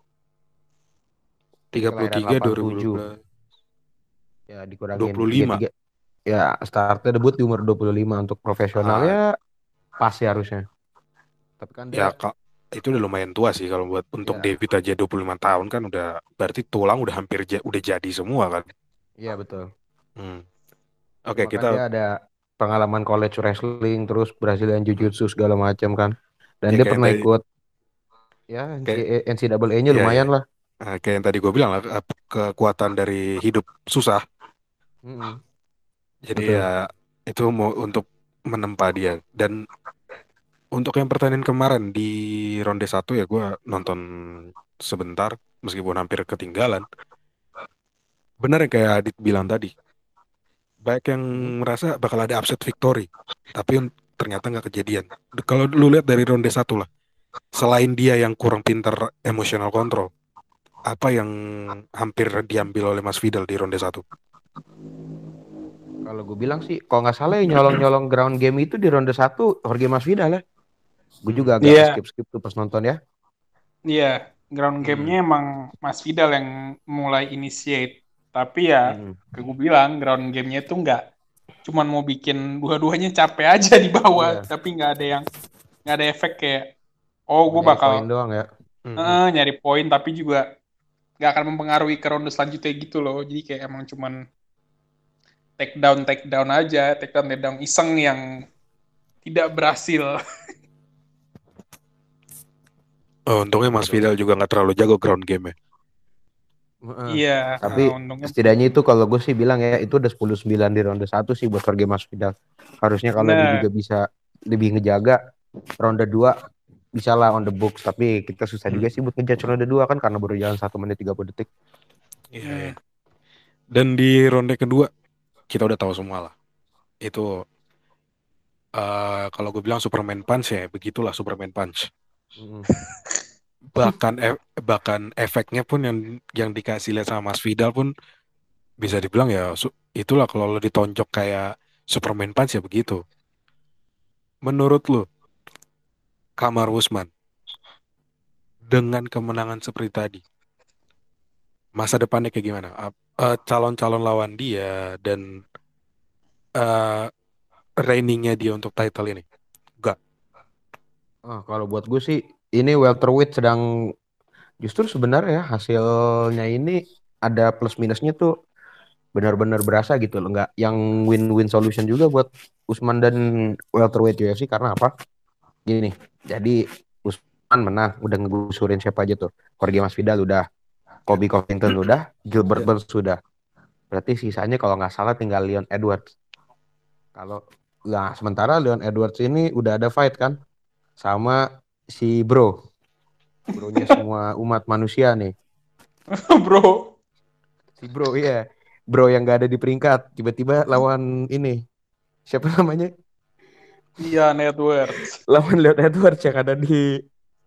tiga puluh tiga dua ribu dua belas. Ya dikurangin dua puluh lima. tiga puluh tiga. Ya startnya debut di umur dua puluh lima, untuk profesional ah. ya pas ya harusnya. Tapi kan dia ya kak, itu udah lumayan tua sih kalau buat untuk ya. Debut aja dua puluh lima tahun kan udah berarti tulang udah hampir j- udah jadi semua kan. Iya betul. Hmm. Oke, okay, kita dia ada pengalaman college wrestling, terus Brazilian Jiu-Jitsu segala macam kan. Dan ya, dia pernah tadi, ikut ya N C A A-nya ya, lumayan ya. lah. Nah, kayak yang tadi gue bilang lah, kekuatan dari hidup susah. Mm-hmm. Jadi betul. Ya itu mau untuk menempa dia. Dan Untuk yang pertandingan kemarin di ronde satu ya gue nonton sebentar meskipun hampir ketinggalan. Benar yang kayak Adit bilang tadi, banyak yang Mhm. merasa bakal ada upset victory, tapi un- ternyata nggak kejadian. Kalau lu lihat dari ronde satu lah, selain dia yang kurang pintar emotional control, apa yang hampir diambil oleh Mas Vidal di ronde satu? Kalau gue bilang sih, kalau nggak salah yang nyolong-nyolong ground game itu di ronde satu Jorge Masvidal ya. Gue Hmm. juga agak Iya, skip-skip tuh pas nonton ya. iya. Ground Hmm. game-nya emang Mas Vidal yang mulai initiate. Tapi ya, Mm-mm. kayak gue bilang, ground game-nya tuh nggak cuman mau bikin dua-duanya capek aja di bawah, Iya, tapi nggak ada yang nggak ada efek kayak, oh mau gue nyari bakal poin doang ya. Hmm. eh, nyari poin, tapi juga nggak akan mempengaruhi ke ronde selanjutnya gitu loh. Jadi kayak emang cuman take down take down aja, take down take down iseng yang tidak berhasil. Oh, untungnya Mas Betul. Vidal juga nggak terlalu jago ground game ya. Heeh. Iya, Tapi eh, untungnya setidaknya itu kalau gue sih bilang ya, itu udah sepuluh sembilan di ronde satu sih buat Jorge Masvidal. Harusnya kalau dia bener. juga bisa lebih ngejaga ronde dua bisa lah on the books. Tapi kita susah juga Hmm. sih buat ngejudge ronde dua kan karena baru jalan satu menit tiga puluh detik. Iya, Hmm. iya. Dan di ronde kedua kita udah tahu semua lah. Itu eh, kalau gue bilang Superman Punch ya, begitulah Superman Punch. Mm. Bahkan e- bahkan efeknya pun yang yang dikasih lihat sama Mas Vidal pun bisa dibilang ya su- itulah kalau lo ditonjok kayak Superman Punch ya begitu. Menurut lo, Kamar Usman dengan kemenangan seperti tadi, masa depannya kayak gimana? Ap- eh, calon-calon lawan dia dan eh reigningnya dia untuk title ini? Enggak. Oh, kalau buat gue sih ini welterweight sedang justru sebenarnya hasilnya ini ada plus minusnya tuh benar-benar berasa gitu loh, nggak yang win-win solution juga buat Usman dan welterweight U F C karena apa? Gini, jadi Usman menang, udah ngegusurin siapa aja tuh? Jorge Masvidal udah, Colby Covington udah, Gilbert Ya. Burns sudah. Berarti sisanya kalau nggak salah tinggal Leon Edwards. Kalau nah sementara Leon Edwards ini udah ada fight kan sama si Bro, bronya semua umat manusia nih. Bro, Si Bro iya, Bro yang nggak ada di peringkat, tiba-tiba lawan ini siapa namanya? iya Edwards. Lawan Leon Edwards yang ada di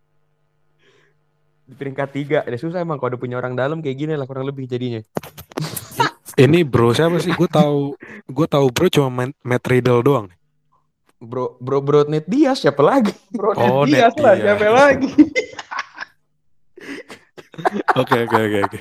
di peringkat tiga. Ya susah emang kalau udah punya orang dalam kayak gini lah kurang lebih jadinya. In- ini bro siapa sih? Gue tahu gue tahu bro cuma Matt Matt Riddle doang. Bro, bro, bro, Nate Diaz siapa lagi? Bro Oh, Ned Ned Diaz lah, siapa Diaz. lagi? Oke, oke, oke, oke.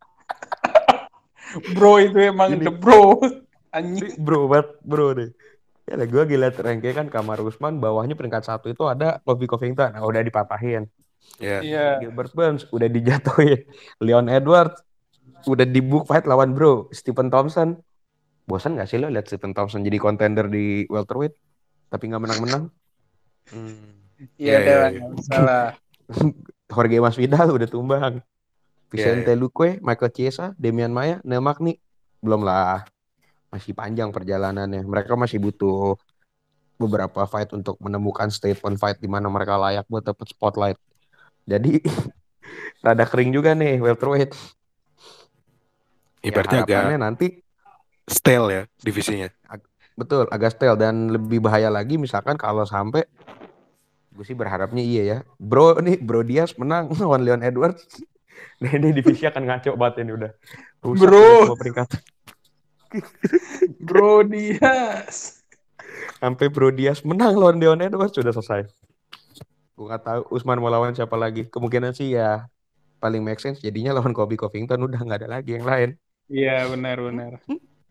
Bro itu emang Ini the bro. Anjing. bro banget, bro deh. Ya lah gue gila ranknya kan Kamar Usman bawahnya peringkat satu itu ada Colby Covington, nah, udah dipatahin. Ya. Iya. Gilbert Burns udah dijatuhin. Leon Edwards udah di book fight lawan bro Stephen Thompson. Bosan gak sih lo lihat Stephen Thompson jadi contender di welterweight tapi nggak menang-menang? Hmm. Iya Ya, dah, ya, ya. nggak salah. Jorge Masvidal udah tumbang. Ya, Vicente ya. Luque, Michael Chiesa, Demian Maia, Neil Magny belum lah. Masih panjang perjalanannya. Mereka masih butuh beberapa fight untuk menemukan statement fight di mana mereka layak buat dapat spotlight. Jadi rada kering juga nih welterweight. Ya Ibaratnya agak harapannya nanti stale ya divisinya. ag- betul agak stale dan lebih bahaya lagi misalkan kalau sampai gue sih berharapnya iya ya. Bro nih Bro Diaz menang lawan Leon Edwards. Nah ini divisi akan ngaco banget ini udah. Rusak Bro. udah semua peringkat. Bro Diaz. Sampai Bro Diaz menang lawan Leon Edwards sudah selesai. Gue nggak tahu Usman mau lawan siapa lagi. Kemungkinan sih ya paling make sense jadinya lawan Colby Covington udah nggak ada lagi yang lain. Iya benar-benar.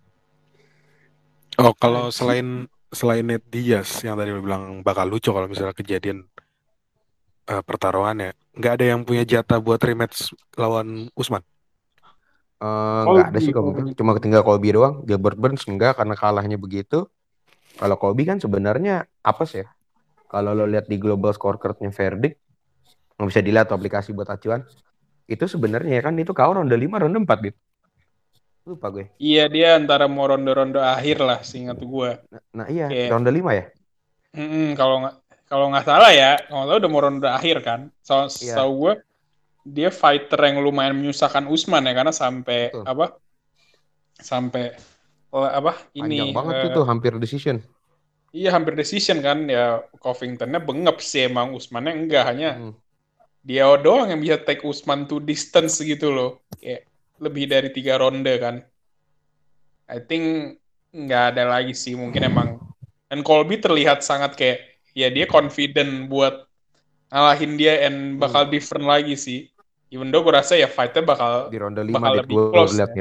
Oh, kalau selain selain Ned Diaz yang tadi lu bilang bakal lucu kalau misalnya kejadian eh, pertaruhannya, nggak ada yang punya jatah buat rematch lawan Usman. Eh, nggak ada Colby, sih kalau Colby. cuma tinggal Colby doang. Gilbert Burns enggak karena kalahnya begitu. Kalau Colby kan sebenarnya apa sih ya? Kalau lo lihat di global scorecard-nya Verdict, nggak bisa dilihat tuh aplikasi buat acuan. Itu sebenarnya kan itu kau ronde lima ronde empat gitu. Lupa gue. Iya dia antara mau ronde-ronde akhir lah, seingat gue. Nah, nah iya, Kayak, ronde lima ya? mm-mm, kalau nggak kalau nggak salah ya, kalau nggak salah udah mau ronde akhir kan. So, Iya. so gue dia fighter yang lumayan menyusahkan Usman ya karena sampai Betul. apa? Sampai eh, apa? Panjang Ini banget eh, itu hampir decision. iya hampir decision kan ya. Covington-nya bengep sih emang, Usman-nya enggak, hanya Hmm. dia doang yang bisa take Usman to distance gitu loh. Kayak lebih dari tiga ronde kan. I think nggak ada lagi sih, mungkin emang. Dan Colby terlihat sangat kayak ya dia confident buat ngalahin dia and bakal Hmm. different lagi sih. Even though gue rasa ya fight-nya bakal Di ronde lima bakal deh lebih gue close lihat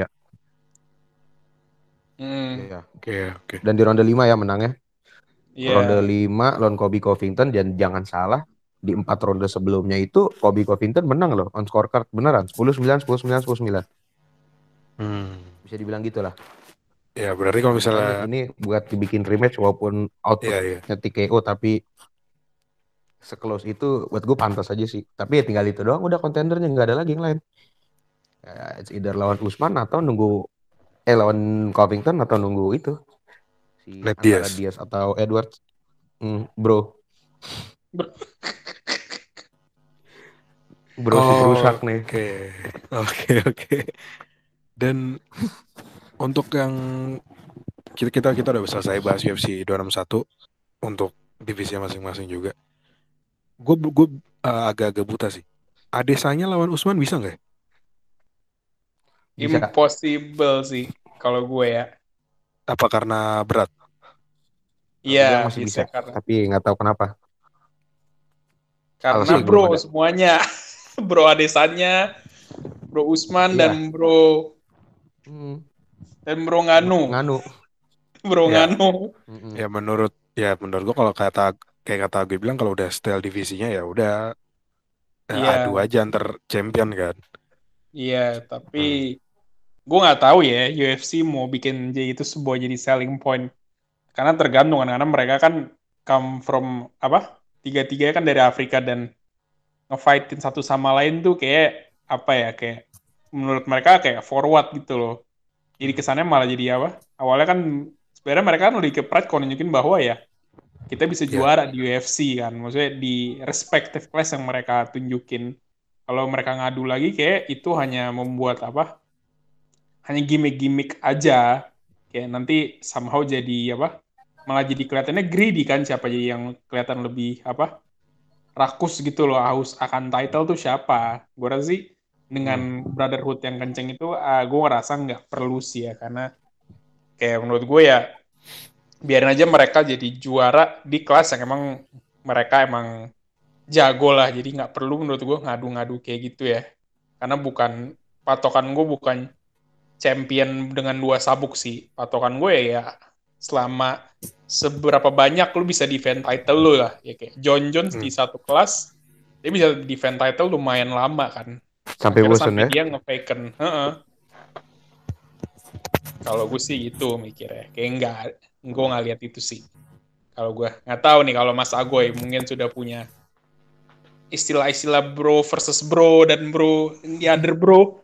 ya. ya. Hmm, Iya. Oke, oke. Dan di ronde lima ya menangnya. iya. Ronde lima lawan Colby Covington, dan jangan salah di empat ronde sebelumnya itu Colby Covington menang loh on scorecard beneran sepuluh sembilan sepuluh sembilan sepuluh sembilan. Hmm. Bisa dibilang gitulah. Ya berarti kalau Makanya misalnya, ini buat dibikin rematch walaupun iya iya. outputnya T K O tapi se-close itu buat gue pantas aja sih. Tapi ya tinggal itu doang udah kontendernya, nggak ada lagi yang lain. Ya, it's either lawan Usman atau nunggu eh lawan Covington atau nunggu itu si Nate antara Diaz. Diaz atau Edwards. Hmm, bro, bro si perusak nih. Oke, oke, oke. Dan untuk yang kita kita kita udah selesai bahas U F C dua enam satu untuk divisi masing-masing juga. Gue gue uh, agak-agak buta sih. Adesanya lawan Usman bisa nggak ya? Bisa. Impossible sih kalau gue ya. Apa karena berat? Gue Iya, bilang masih bisa bisa, karena tapi nggak tahu kenapa. karena Alasannya belum bro ada. semuanya. Bro Adesanya, Bro Usman Iya. dan Bro Hmm, dan Bro Nganu. Nganu. Bro Ya, Nganu. Mm-mm. ya menurut ya menurut gue kalau kata kayak kata gue bilang kalau udah style divisinya ya udah eh, Iya, adu aja antar champion kan. iya, tapi Hmm. gue nggak tahu ya U F C mau bikin jadi itu sebuah jadi selling point, karena tergantung kan, karena mereka kan come from apa, tiga-tiga kan dari Afrika dan ngefightin satu sama lain tuh kayak apa ya, kayak menurut mereka kayak forward gitu loh. Jadi kesannya malah jadi apa, awalnya kan sebenarnya mereka kan lebih ke pride kalau nunjukin bahwa ya kita bisa Ya, juara di U F C kan, maksudnya di respective class yang mereka tunjukin. Kalau mereka ngadu lagi kayak itu hanya membuat apa, hanya gimmick-gimmick aja, kayak nanti somehow jadi apa, malah jadi kelihatannya greedy kan, siapa jadi yang kelihatan lebih apa, rakus gitu loh, haus akan title tuh siapa. Gue rasa sih dengan Hmm. brotherhood yang kenceng itu uh, gue ngerasa nggak perlu sih ya, karena kayak menurut gue ya biarin aja mereka jadi juara di kelas yang emang mereka emang jago lah, jadi nggak perlu menurut gue ngadu-ngadu kayak gitu ya, karena bukan patokan gue, bukan champion dengan dua sabuk sih. Patokan gue ya selama seberapa banyak lu bisa defend title lu lah. Ya kayak John Jones hmm. di satu kelas, dia bisa defend title lumayan lama kan. Sampai Akhirnya bosen sampai ya. dia nge-faken. Heeh. Kalau gue sih itu mikirnya. Kayak enggak, gue nggak lihat itu sih. Kalau gue nggak tahu nih kalau Mas Agoy mungkin sudah punya istilah-istilah bro versus bro dan bro the other bro.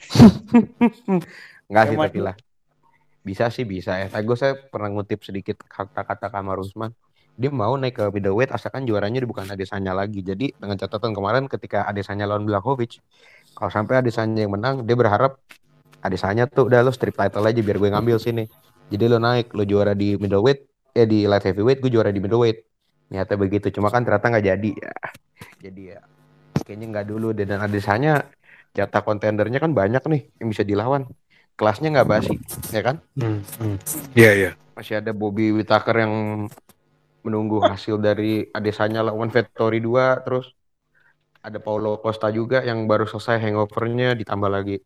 Nggak sih Emang tapi lah. Bisa sih bisa ya. Tapi gue saya pernah ngutip sedikit kata-kata Kamar Usman. Dia mau naik ke middleweight asalkan juaranya bukan Adesanya lagi. Jadi dengan catatan kemarin ketika Adesanya lawan Blachowicz, kalau sampai Adesanya yang menang, dia berharap Adesanya tuh udah lo strip title aja biar gue ngambil sini. Jadi lo naik, lo juara di middleweight, eh di light heavyweight, gue juara di middleweight. Niatnya begitu, cuma kan ternyata nggak jadi ya. Jadi ya kayaknya nggak dulu deh. Dan Adesanya jatah kontendernya kan banyak nih yang bisa dilawan. Kelasnya nggak basi, ya kan? Hmm. Hmm. Iya, iya. Masih ada Bobby Whittaker yang menunggu hasil dari Adesanya lawan Vettori dua, terus ada Paulo Costa juga yang baru selesai hangover-nya, ditambah lagi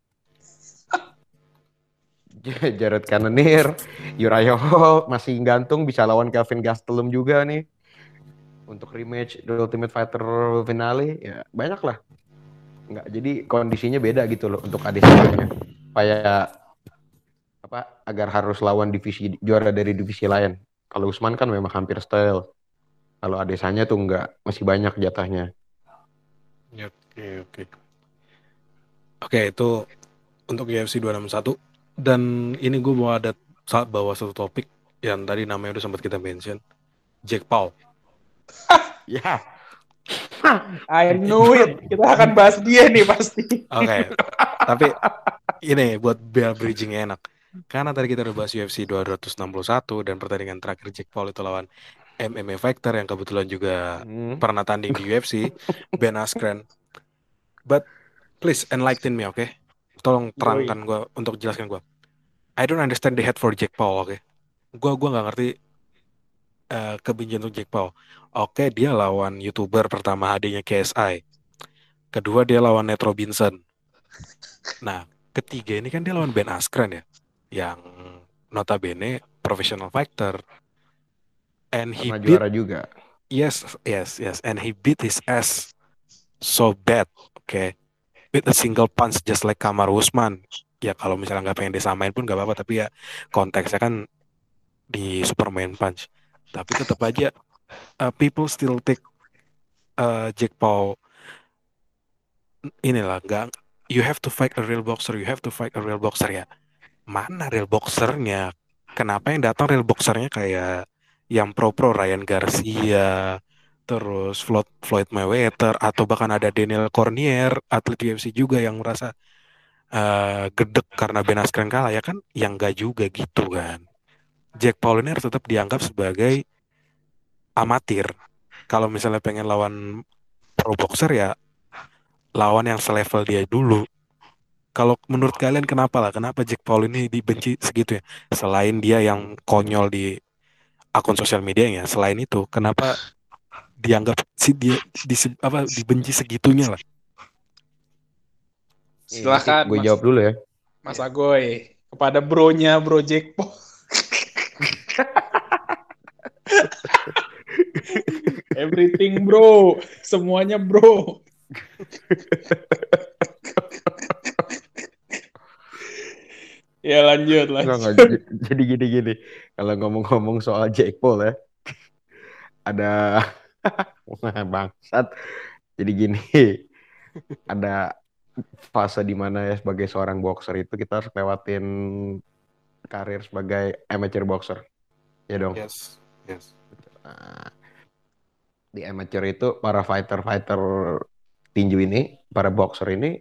Jared Cannonier, Uriah Hall masih gantung, bisa lawan Kelvin Gastelum juga nih untuk rematch The Ultimate Fighter finale. Ya banyak lah. Nggak, jadi kondisinya beda gitu loh untuk Adesanya. Supaya apa agar harus lawan divisi juara dari divisi lain. Kalau Usman kan memang hampir style. Kalau Adesanya tuh nggak, masih banyak jatahnya. Oke, oke. Oke, itu untuk U F C dua enam satu. Dan ini gue bawa ada bawa satu topik yang tadi namanya udah sempat kita mention, Jack Paul. Ya. I knew it. Kita akan bahas dia nih pasti. Oke, okay. Tapi ini buat biar bridgingnya enak. Karena tadi kita udah bahas U F C dua enam satu dan pertandingan terakhir Jake Paul itu lawan M M A Fighter yang kebetulan juga Hmm. pernah tanding di U F C, Ben Askren. But please enlighten me, oke? Okay? Tolong terangkan gue untuk jelaskan gue. I don't understand the hate for Jake Paul, oke? Okay? Gue gue nggak ngerti uh, kebencian untuk Jake Paul. Oke, okay, dia lawan YouTuber pertama H D-nya K S I. Kedua dia lawan Nate Robinson. Nah, ketiga ini kan dia lawan Ben Askren ya, yang notabene professional fighter, and he Pernah beat, juara juga. yes, yes, yes, and he beat his ass so bad, oke, okay, with a single punch just like Kamaru Usman. Ya kalau misalnya nggak pengen disamain pun nggak apa-apa, tapi ya konteksnya kan di Superman Punch. Tapi tetap aja uh, people still take uh, Jake Paul inilah nggak. You have to fight a real boxer, you have to fight a real boxer ya. Mana real boxernya? Kenapa yang datang real boxernya kayak yang pro-pro Ryan Garcia, terus Floyd, Floyd Mayweather, atau bahkan ada Daniel Cormier, atlet U F C juga yang merasa uh, gedek karena Ben Askren kalah ya kan? Yang enggak juga gitu kan. Jack Paul ini harus tetap dianggap sebagai amatir. Kalau misalnya pengen lawan pro boxer ya lawan yang selevel dia dulu. Kalau menurut kalian kenapa lah? Kenapa Jack Paul ini dibenci segitu ya? Selain dia yang konyol di akun sosial medianya, selain itu, kenapa dianggap si dia di, apa dibenci segitunya lah? Silakan gue Mas, jawab dulu ya. Mas Agoy kepada bronya Bro Jack Paul. Everything bro, semuanya bro. Ya lanjut lah. Jadi gini-gini. Kalau ngomong-ngomong soal Jake Paul ya, ada bangsat. Jadi gini, ada fase dimana ya sebagai seorang boxer itu kita harus lewatin karir sebagai amateur boxer, ya dong. Yes, yes. Nah, di amateur itu para fighter-fighter tinju ini, para boxer ini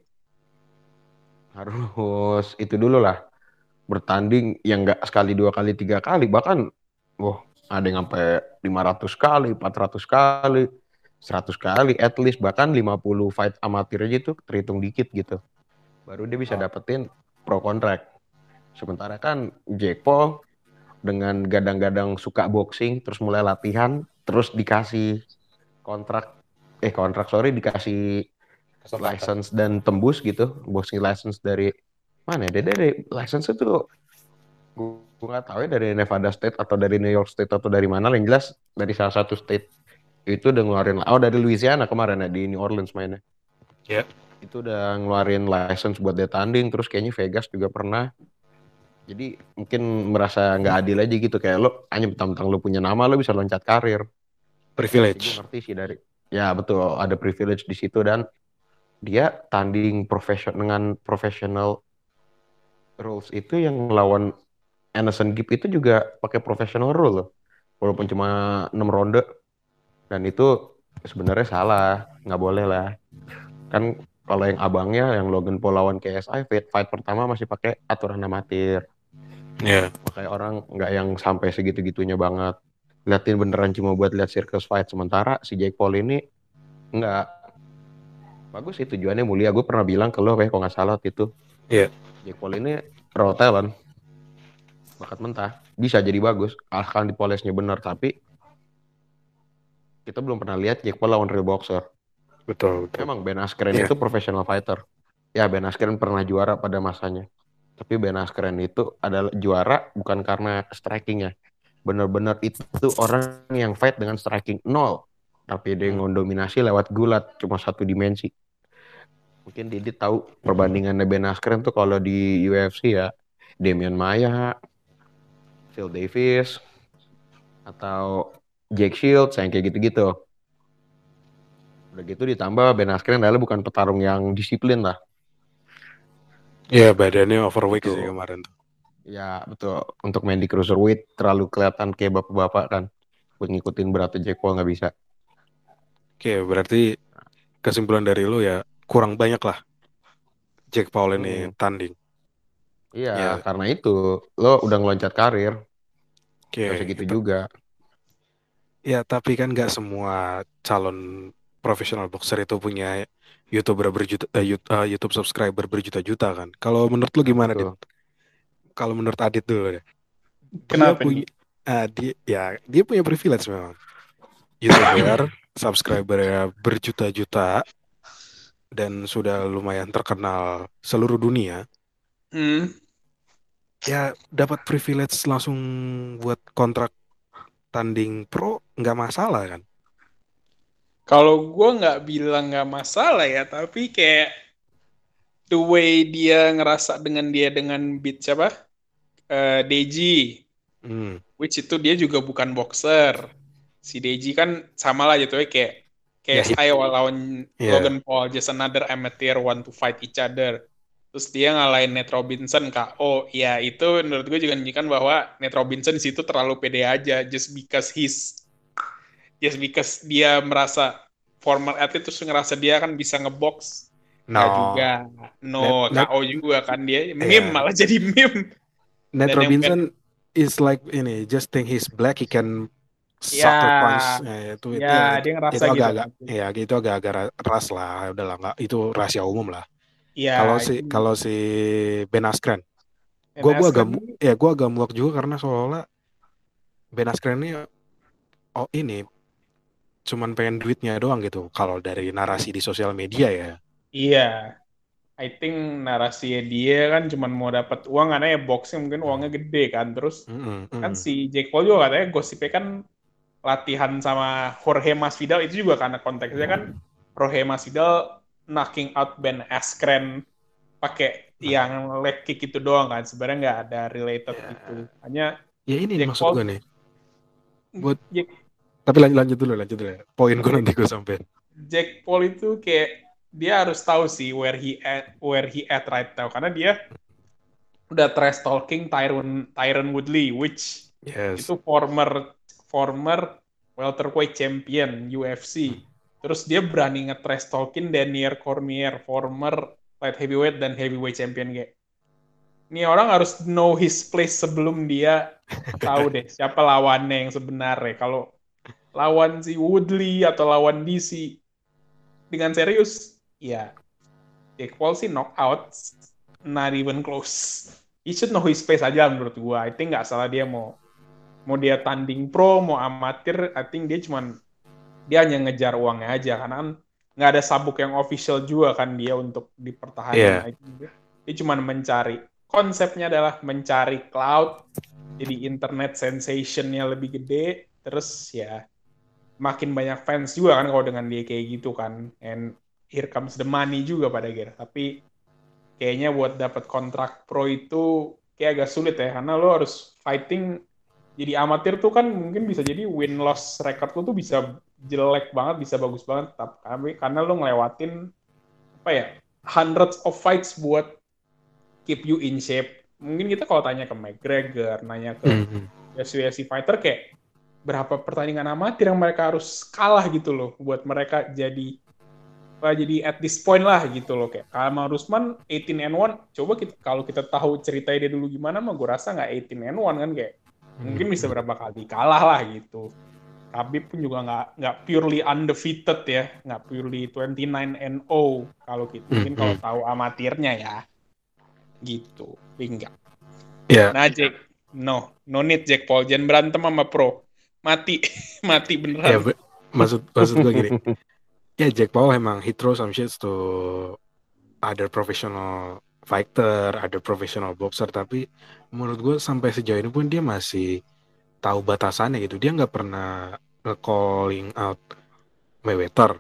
harus itu dulu lah bertanding yang nggak sekali dua kali tiga kali bahkan wah ada yang sampai lima ratus kali empat ratus kali seratus kali at least bahkan lima puluh fight amatir aja itu terhitung dikit gitu baru dia bisa dapetin pro contract. Sementara kan Jake Paul dengan gadang-gadang suka boxing terus mulai latihan terus dikasih kontrak eh kontrak sorry dikasih license dan tembus gitu boxing license dari mana ya? Dia dari license itu gue nggak tahu ya dari Nevada State atau dari New York State atau dari mana yang jelas dari salah satu state itu udah ngeluarin oh dari Louisiana kemarin ya di New Orleans mainnya ya yeah. Itu udah ngeluarin license buat dia tanding terus kayaknya Vegas juga pernah jadi mungkin merasa nggak adil aja gitu kayak lo hanya mentang-mentang lo punya nama lo bisa loncat karir privilege. gue ngerti sih dari ya betul ada privilege di situ dan dia tanding profesional dengan professional rules itu yang lawan Anderson Gibb itu juga pakai professional rule loh. Walaupun cuma enam ronde dan itu sebenarnya salah, nggak boleh lah. Kan kalau yang abangnya yang Logan Paul lawan K S I fight, fight pertama masih pakai aturan amatir. Iya. Yeah. Makanya orang nggak yang sampai segitu-gitunya banget. Liatin beneran cuma buat lihat circus fight sementara si Jake Paul ini nggak bagus sih tujuannya mulia. Gue pernah bilang ke lo kayak kalau nggak salah itu. Iya. Yeah. Jake Paul ini raw talent, bakat mentah, bisa jadi bagus, akan dipolesnya benar tapi kita belum pernah lihat Jake Paul lawan real boxer. Betul. betul. Memang Ben Askren yeah. itu professional fighter. Ya Ben Askren pernah juara pada masanya. Tapi Ben Askren itu adalah juara bukan karena strikingnya. Benar-benar itu orang yang fight dengan striking nol. Tapi dia ngondominasi lewat gulat cuma satu dimensi. Mungkin Didi tahu perbandingannya Ben Askren tuh kalau di U F C ya Demian Maia, Phil Davis, atau Jake Shields yang kayak gitu-gitu. Udah gitu ditambah Ben Askren adalah bukan petarung yang disiplin lah. Iya, yeah, badannya overweight sih kemarin tuh. Ya, betul. Untuk main di cruiserweight terlalu kelihatan kayak bapak-bapak kan. Buat ngikutin beratnya Jake Paul nggak bisa. Oke, berarti kesimpulan dari lu ya kurang banyak lah Jake Paul ini Mm-mm. tanding. Iya, Ya, karena itu lo udah ngeloncat karir, oke. gak usah gitu T- juga. Ya, tapi kan nggak semua calon profesional boxer itu punya YouTuber berjuta, eh, Yout- eh, YouTube subscriber berjuta-juta kan. Kalau menurut lu Kenapa gimana, Dit? tuh? Kalau menurut Adit dulu deh. Dia Kenapa punya nih? ah, dia ya dia punya privilege memang. YouTuber subscribernya berjuta-juta dan sudah lumayan terkenal seluruh dunia. Hmm. Ya dapat privilege langsung buat kontrak tanding pro nggak masalah kan? Kalau gue nggak bilang nggak masalah ya, tapi kayak the way dia ngerasa dengan dia dengan beat siapa? Eh, Deji, Hmm. which itu dia juga bukan boxer. Si Deji kan sama lah gitu ya kayak Ya kayak hit. saya lawan Ya. Logan Paul, just another amateur want to fight each other. Terus dia ngalahin Nate Robinson K O. Ya itu menurut gue juga menunjukkan bahwa Nate Robinson di situ terlalu pede aja just because he's just because dia merasa former athlete terus ngerasa dia kan bisa ngebox. Nggak juga. No. Net No, net K O juga kan dia. Meme ya malah jadi meme. Nate Dan yang Robinson is like ini just think he's black he can sucker punch. ya Eh, itu ya itu ya itu, dia ngerasa itu gitu agak-agak kan. ya itu agak-agak ra- ras lah udahlah nggak itu rahasia umum lah. Kalau Ya si itu kalau si Ben Askren, Ben gua gua agak Askren mu- ya gua agak muak juga karena seolah Ben Askren ini oh ini cuman pengen duitnya doang gitu. Kalau dari narasi di sosial media ya. iya. I think narasi dia kan cuma mau dapat uang karena ya boxing mungkin uangnya gede kan. Terus Mm-mm, kan mm. si Jake Paul juga katanya gosipnya kan latihan sama Jorge Masvidal itu juga karena konteksnya kan Jorge Masvidal knocking out Ben Askren pakai yang leg kick itu doang kan. Sebenarnya nggak ada related Ya, itu. Hanya ya ini nih Jake maksud Paul gue nih. Buat Jake, tapi lanjut lanjut dulu lanjut dulu. Ya. Poin gue nanti gue sampein. Jake Paul itu kayak dia harus tahu sih where he at where he at right now karena dia udah trash talking Tyron Tyron Woodley which Yes. itu former former welterweight champion U F C. Terus dia berani nge-trash talking Daniel Cormier former light heavyweight dan heavyweight champion kayak. Ini orang harus know his place sebelum dia tahu deh siapa lawannya yang sebenarnya. Kalau lawan si Woodley atau lawan D C dengan serius, ya Jake Paul sih knockout, not even close. He should know his space aja menurut gue. I think nggak salah dia mau mau dia tanding pro, mau amatir. I think dia cuman dia hanya ngejar uangnya aja karena kan nggak ada sabuk yang official juga kan dia untuk dipertahanin. Iya. I think dia, dia cuman mencari konsepnya adalah mencari cloud, jadi internet sensationnya lebih gede, terus ya makin banyak fans juga kan kalau dengan dia kayak gitu kan. And here comes the money juga pada akhirnya. Tapi kayaknya buat dapat kontrak pro itu kayak agak sulit ya karena lo harus fighting jadi amatir tuh kan mungkin bisa jadi win loss record lo tuh bisa jelek banget, bisa bagus banget tapi karena lo ngelewatin apa ya hundreds of fights buat keep you in shape. Mungkin kita kalau tanya ke McGregor, nanya ke Mm-hmm. U F C fighter kayak berapa pertandingan amatir yang mereka harus kalah gitu loh buat mereka jadi apa, jadi at this point lah gitu loh kayak Kamal Rusman eighteen and one coba kita kalau kita tahu ceritanya dia dulu gimana mah gue rasa nggak eighteen and one kan kayak mungkin bisa berapa kali kalah lah gitu. Khabib pun juga nggak nggak purely undefeated ya, nggak purely twenty-nine and oh kalau gitu mungkin kalau Mm-hmm. tahu amatirnya ya gitu enggak. Ya, Nah Jack no no need Jack Paul jangan berantem sama pro mati mati ya beneran. be- maksud maksud gue gini. Ya Jack Paul emang he throw some shits to other professional fighter, other professional boxer, tapi menurut gue sampai sejauh ini pun dia masih tahu batasannya gitu. Dia nggak pernah nge-calling out Mayweather.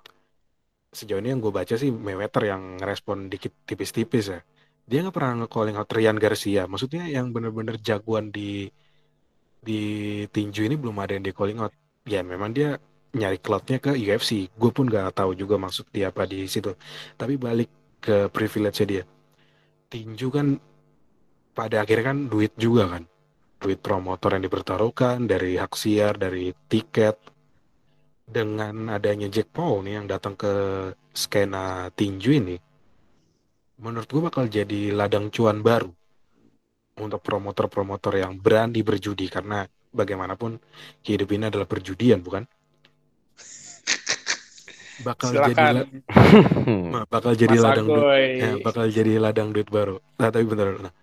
Sejauh ini yang gue baca sih Mayweather yang ngerespon dikit tipis-tipis ya. Dia nggak pernah nge-calling out Ryan Garcia. Maksudnya yang bener-bener jagoan di di tinju ini belum ada yang di calling out. Ya memang dia nyari cloutnya ke U F C. Gue pun nggak tahu juga maksud dia apa di situ. Tapi balik ke privilege-nya dia. Tinju kan pada akhirnya kan duit juga kan. Duit promotor yang dipertaruhkan dari hak siar, dari tiket. dengan adanya Jack Paul nih yang datang ke skena tinju ini, menurut gue bakal jadi ladang cuan baru untuk promotor-promotor yang berani berjudi, karena bagaimanapun hidup ini adalah perjudian, bukan? Bakal jadi la- Silakan ma- bakal jadi Mas ladang duit, ya, Agoy. bakal jadi ladang duit baru. Nah, tapi bentar, nah,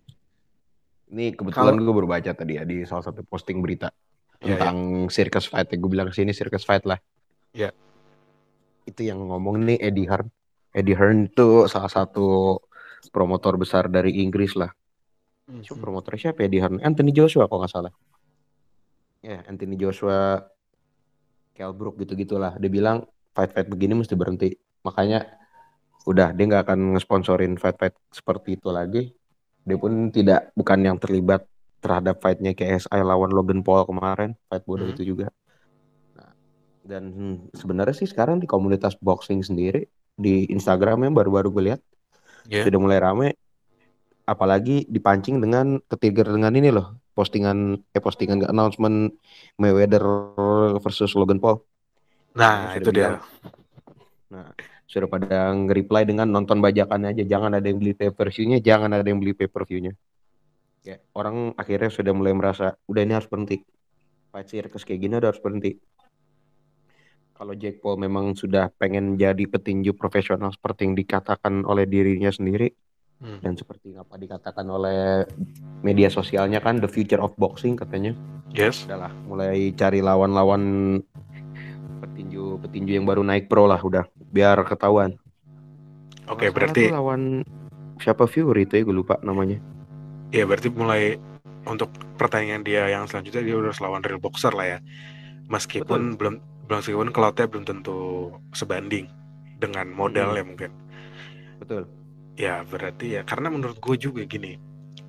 Ini kebetulan kalau gue baru baca tadi ya di salah satu posting berita ya ya tentang circus fight. Gue bilang sini circus fight lah. ya, Itu yang ngomong nih Eddie Hearn. Eddie Hearn itu salah satu promotor besar dari Inggris lah. Siapa Mhm. promotornya siapa Eddie Hearn? Anthony Joshua kalau nggak salah. Ya, Anthony Joshua, Kell Brook gitu-gitulah. Dia bilang fight-fight begini mesti berhenti. Makanya udah dia nggak akan ngesponsorin fight-fight seperti itu lagi. Dia pun tidak bukan yang terlibat terhadap fightnya K S I lawan Logan Paul kemarin, fight bodoh Mhm. itu juga. Nah, dan hmm, sebenarnya sih sekarang di komunitas boxing sendiri di Instagram yang baru-baru gue lihat Ya. sudah mulai rame, apalagi dipancing dengan ketrigger dengan ini loh, postingan eh postingan nggak, announcement Mayweather versus Logan Paul. Semuanya Nah, sudah itu dia. bilang, nah sudah pada nge-reply dengan nonton bajakannya aja, jangan ada yang beli pay per view-nya, jangan ada yang beli pay per view-nya. Ya, orang akhirnya sudah mulai merasa udah ini harus berhenti. Fight circus kayak gini udah harus berhenti. Kalau Jack Paul memang sudah pengen jadi petinju profesional seperti yang dikatakan oleh dirinya sendiri Hmm. dan seperti apa dikatakan oleh media sosialnya kan the future of boxing katanya. Yes. Udahlah, mulai cari lawan-lawan petinju petinju yang baru naik pro lah udah biar ketahuan. Kalau Oke, nggak salah berarti tuh lawan siapa Fury itu ya gue lupa namanya. ya berarti mulai untuk pertandingan dia yang selanjutnya dia udah harus lawan real boxer lah ya. Meskipun Betul. belum belum meskipun cloud-nya belum tentu sebanding dengan modalnya Mm-mm, mungkin. betul. Ya berarti ya karena menurut gue juga gini,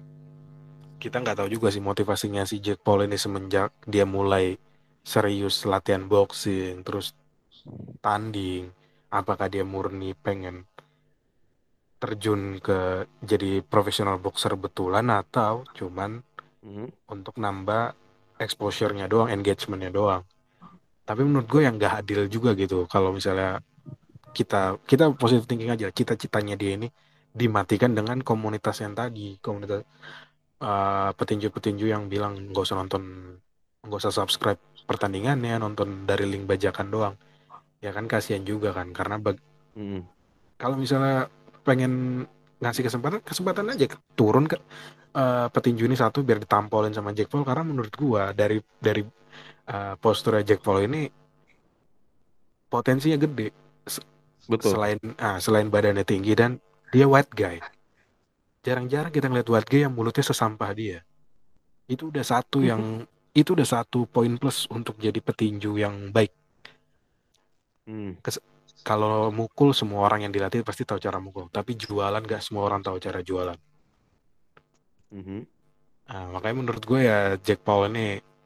kita nggak tahu juga sih motivasinya si Jack Paul ini semenjak dia mulai serius latihan boxing terus tanding, apakah dia murni pengen terjun ke jadi profesional boxer betulan atau cuman Mhm. untuk nambah exposure-nya doang, engagement-nya doang. Tapi menurut gue yang nggak adil juga gitu kalau misalnya kita kita positive thinking aja, cita-citanya dia ini dimatikan dengan komunitas yang tadi, komunitas uh, petinju-petinju yang bilang nggak usah nonton, nggak usah subscribe pertandingannya, nonton dari link bajakan doang. Ya kan kasihan juga kan, karena bag- Mm-mm. kalau misalnya pengen ngasih kesempatan, kesempatan aja turun ke uh, petinju ini satu biar ditampolin sama Jack Paul, karena menurut gua dari dari uh, posturnya Jack Paul ini potensinya gede. S- Betul. selain ah, selain badannya tinggi dan dia white guy. Jarang-jarang kita ngeliat white guy yang mulutnya sesampah dia. Itu udah satu yang itu udah satu poin plus untuk jadi petinju yang baik. Mm. Kes- kalau mukul semua orang yang dilatih pasti tahu cara mukul, tapi jualan gak semua orang tahu cara jualan. Mhm. Nah, makanya menurut gue ya Jack Paul ini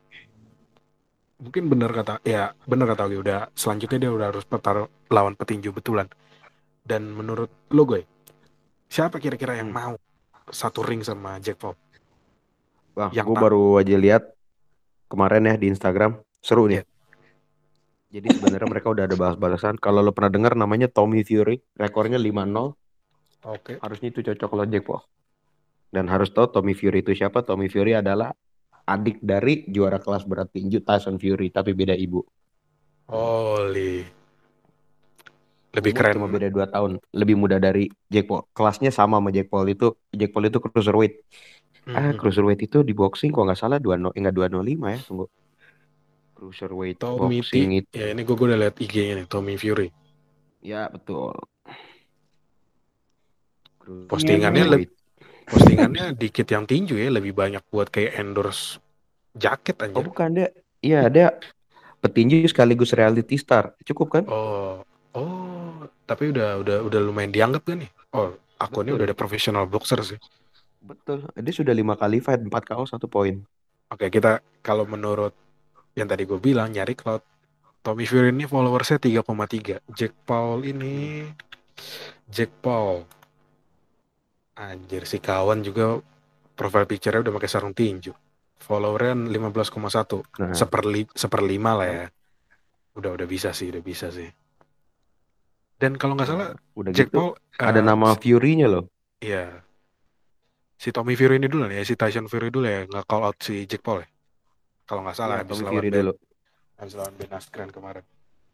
mungkin benar kata ya benar kata gue udah selanjutnya dia udah harus pertaruh lawan petinju betulan. Dan menurut lo gue siapa kira-kira yang Mm. mau satu ring sama Jack Paul? Wah, Yang gue tak baru aja lihat kemarin ya di Instagram, seru nih. ya. Jadi sebenarnya mereka udah ada balas-balasan. Kalau lo pernah dengar namanya Tommy Fury, rekornya lima nol, Oke. harusnya itu cocok lo Jack Paul. Dan harus tahu Tommy Fury itu siapa? Tommy Fury adalah adik dari juara kelas berat tinju Tyson Fury, tapi beda ibu. Holy. Lebih Umur keren. cuma beda dua tahun, lebih muda dari Jack Paul. Kelasnya sama sama Jack Paul itu. Jack Paul itu cruiserweight. Ah, Mhm. cruiserweight itu di boxing kok nggak salah dua nol, enggak dua nol lima ya, tunggu. Cruiserweight Tommy T. boxing itu. Ya ini gue, gue udah lihat I G-nya nih, Tommy Fury. Ya, betul. Postingannya Cruiserweight. postingannya dikit yang tinju ya, lebih banyak buat kayak endorse jaket Oh, anjir. bukan dia. Iya, dia petinju sekaligus reality star. Cukup kan? Oh, oh, tapi udah udah udah lumayan dianggap kan nih. Oh, akunnya udah Betul. ada profesional boxer sih. Betul. Dia sudah lima kali fight, empat K O, satu poin. Oke, kita kalau menurut yang tadi gue bilang nyari cloud, Tommy Fury ini followersnya tiga koma tiga. Jack Paul ini Hmm. Jack Paul. Anjir si kawan juga profile picture-nya udah pakai sarung tinju. Followernya lima belas koma satu. Nah, Seperli seperlima lah yang ya. Udah udah bisa sih, udah bisa sih. Dan kalau nggak salah Nah, udah Jack gitu Paul, ada eh, nama si- Fury-nya loh. ya si Tommy Fury ini dulu nih ya, si Tyson Fury dulu ya nggak call out si Jack Paul ya. Kalau nggak salah Iya, habis Tommy lawan Fury Ben, dulu. habis lawan Ben Askren kemarin.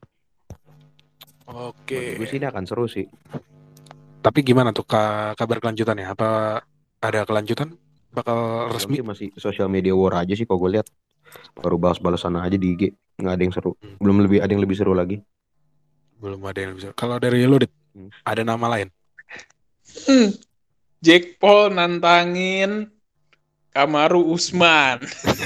Menurut gue Oke. sih ini akan seru sih. Tapi gimana tuh ka- kabar kelanjutannya? Apa ada kelanjutan? Bakal Belum resmi? sih, masih social media war aja sih kalau gue lihat. Baru balas-balasan aja di I G. Nggak ada yang seru. Hmm, Belum lebih ada yang lebih seru lagi. belum ada yang bisa. Kalau dari lu, Dit, Hmm. ada nama lain? Hmm. Jake Paul nantangin Kamaru Usman.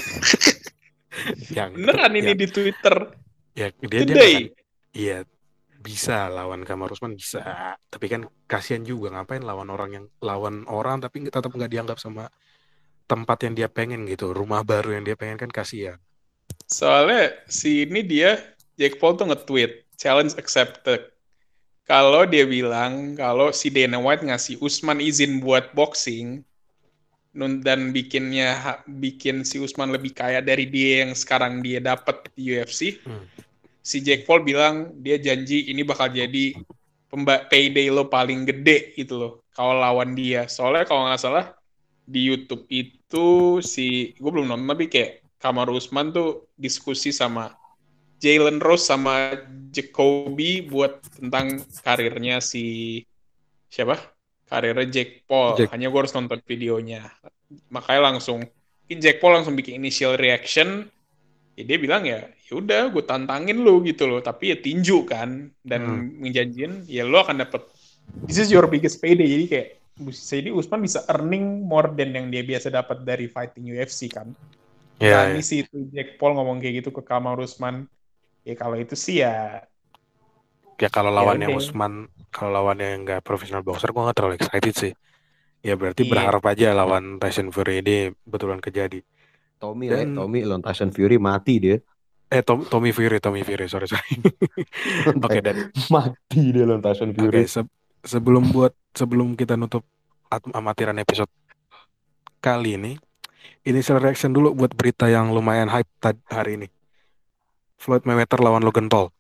Yang Beneran ini yang di Twitter ya dia dia nggak akan. today. Iya, bisa lawan Kamar Usman bisa. Tapi kan kasihan juga ngapain lawan orang yang lawan orang tapi tetap nggak dianggap sama tempat yang dia pengen gitu, rumah baru yang dia pengen kan kasihan. Soalnya si ini dia Jake Paul tuh nge-tweet challenge accepted. Kalau dia bilang kalau si Dana White ngasih Usman izin buat boxing nun- dan bikinnya bikin si Usman lebih kaya dari dia yang sekarang dia dapat di U F C. Hmm. Si Jake Paul bilang dia janji ini bakal jadi pemba- payday lo paling gede gitu loh kalau lawan dia. Soalnya kalau nggak salah di YouTube itu si gue belum nonton tapi kayak Kamaru Usman tuh diskusi sama Jalen Rose sama Jacoby buat tentang karirnya si siapa? Karirnya Jake Paul. Jack, Hanya gue harus nonton videonya. Makanya langsung Jack Paul langsung bikin initial reaction. Ya dia bilang ya, ya udah gue tantangin lu gitu loh. Tapi ya tinju kan dan hmm. menjanjiin ya lo akan dapet this is your biggest payday. Jadi kayak jadi Usman bisa earning more than yang dia biasa dapat dari fighting U F C kan. Ya, Berani ya. sih itu Jack Paul ngomong kayak gitu ke Kamaru Usman. Ya kalau itu sih ya Ya kalau ya lawannya udah. Usman, kalau lawannya yang nggak profesional boxer, gue nggak terlalu excited sih. Ya berarti Iya. berharap aja lawan Tyson Fury ini betulan kejadi. Tommy le, Dan Tommy lawan Tyson Fury mati dia. eh Tom, Tommy Fury, Tommy Fury, sorry sorry. Oke dan Mati dia lawan Tyson oke Fury. se- sebelum buat sebelum kita nutup at- amatiran episode kali ini, initial reaction dulu buat berita yang lumayan hype tadi hari ini. Floyd Mayweather lawan Logan Paul.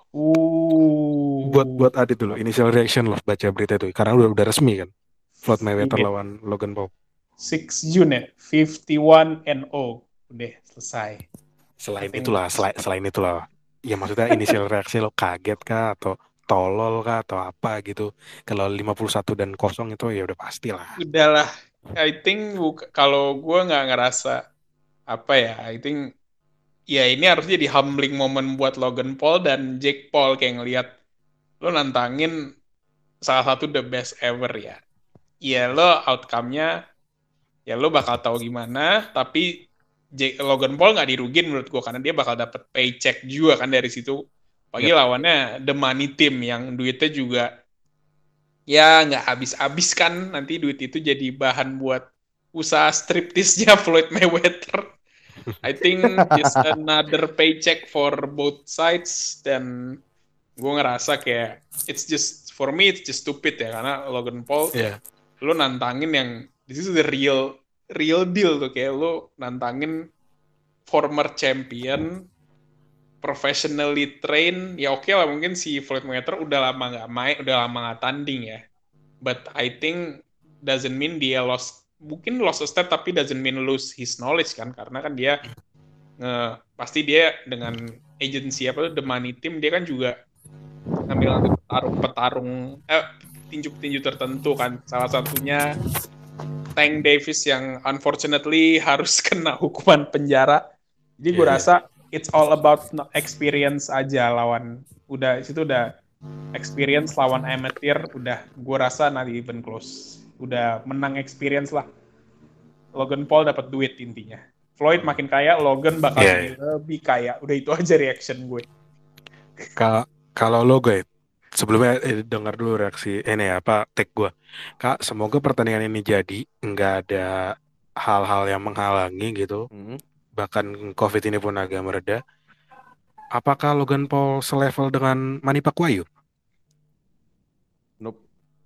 Buat Uh. buat Adit dulu, initial reaction loh baca berita itu, karena udah udah resmi kan. Floyd Mayweather Ini lawan Logan Paul. enam June ya, fifty-one and oh. Udah selesai. Selain Nothing itulah, much. selain, selain itulah, ya maksudnya initial reaksi lo kaget kah atau tolol kah atau apa gitu. Kalau lima puluh satu dan kosong itu ya udah pasti lah. Udahlah. I think buka, kalau gue nggak ngerasa apa ya, I think ya ini harus jadi humbling moment buat Logan Paul dan Jake Paul kayak ngelihat lo nantangin salah satu the best ever ya. Ya lo outcome-nya ya lo bakal tahu gimana, tapi Jake, Logan Paul nggak dirugin menurut gue karena dia bakal dapet paycheck juga kan dari situ. Pagi Yap. lawannya The Money Team yang duitnya juga ya nggak habis-habis kan, nanti duit itu jadi bahan buat usaha striptisnya Floyd Mayweather. I think just another paycheck for both sides dan gue ngerasa kayak it's just for me it's just stupid ya karena Logan Paul Yeah. lo nantangin yang this is the real real deal tuh kayak lo nantangin former champion professionally trained ya oke okay lah mungkin si Floyd Mayweather udah lama nggak main udah lama nggak tanding ya but I think doesn't mean dia lost mungkin lost a step tapi doesn't mean lose his knowledge kan karena kan dia nge, pasti dia dengan agency apa tuh The Money Team dia kan juga ngambil petarung-petarung eh, tinju-tinju tertentu kan salah satunya Tank Davis yang unfortunately harus kena hukuman penjara jadi gue Yeah, rasa it's all about experience aja lawan udah situ udah experience lawan amateur udah gue rasa not even close udah menang experience lah Logan Paul dapat duit intinya Floyd makin kaya Logan bakal yeah, jadi yeah. lebih kaya udah itu aja reaction gue Kalau kalau lo gue sebelumnya eh, dengar dulu reaksi ini ya apa take gue. Kak, semoga pertandingan ini jadi nggak ada hal-hal yang menghalangi gitu. Hmm. Bahkan COVID ini pun agak mereda. Apakah Logan Paul selevel dengan Manny Pacquiao? Nope.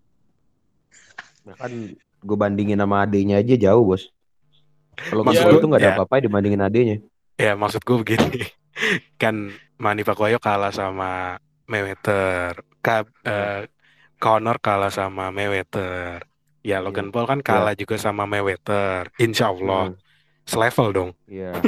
Bahkan gue bandingin sama adenya aja jauh bos. Kalau Maksud Paul gue, itu nggak ada ya, apa-apa dibandingin adenya. ya maksud gue begini. Kan Manny Pacquiao kalah sama Mayweather. Ka, Iya, eh, Conor kalah sama Mayweather. Ya iya, Logan Paul kan iya. kalah juga sama Mayweather. Insya Allah Hmm, selevel dong. iya.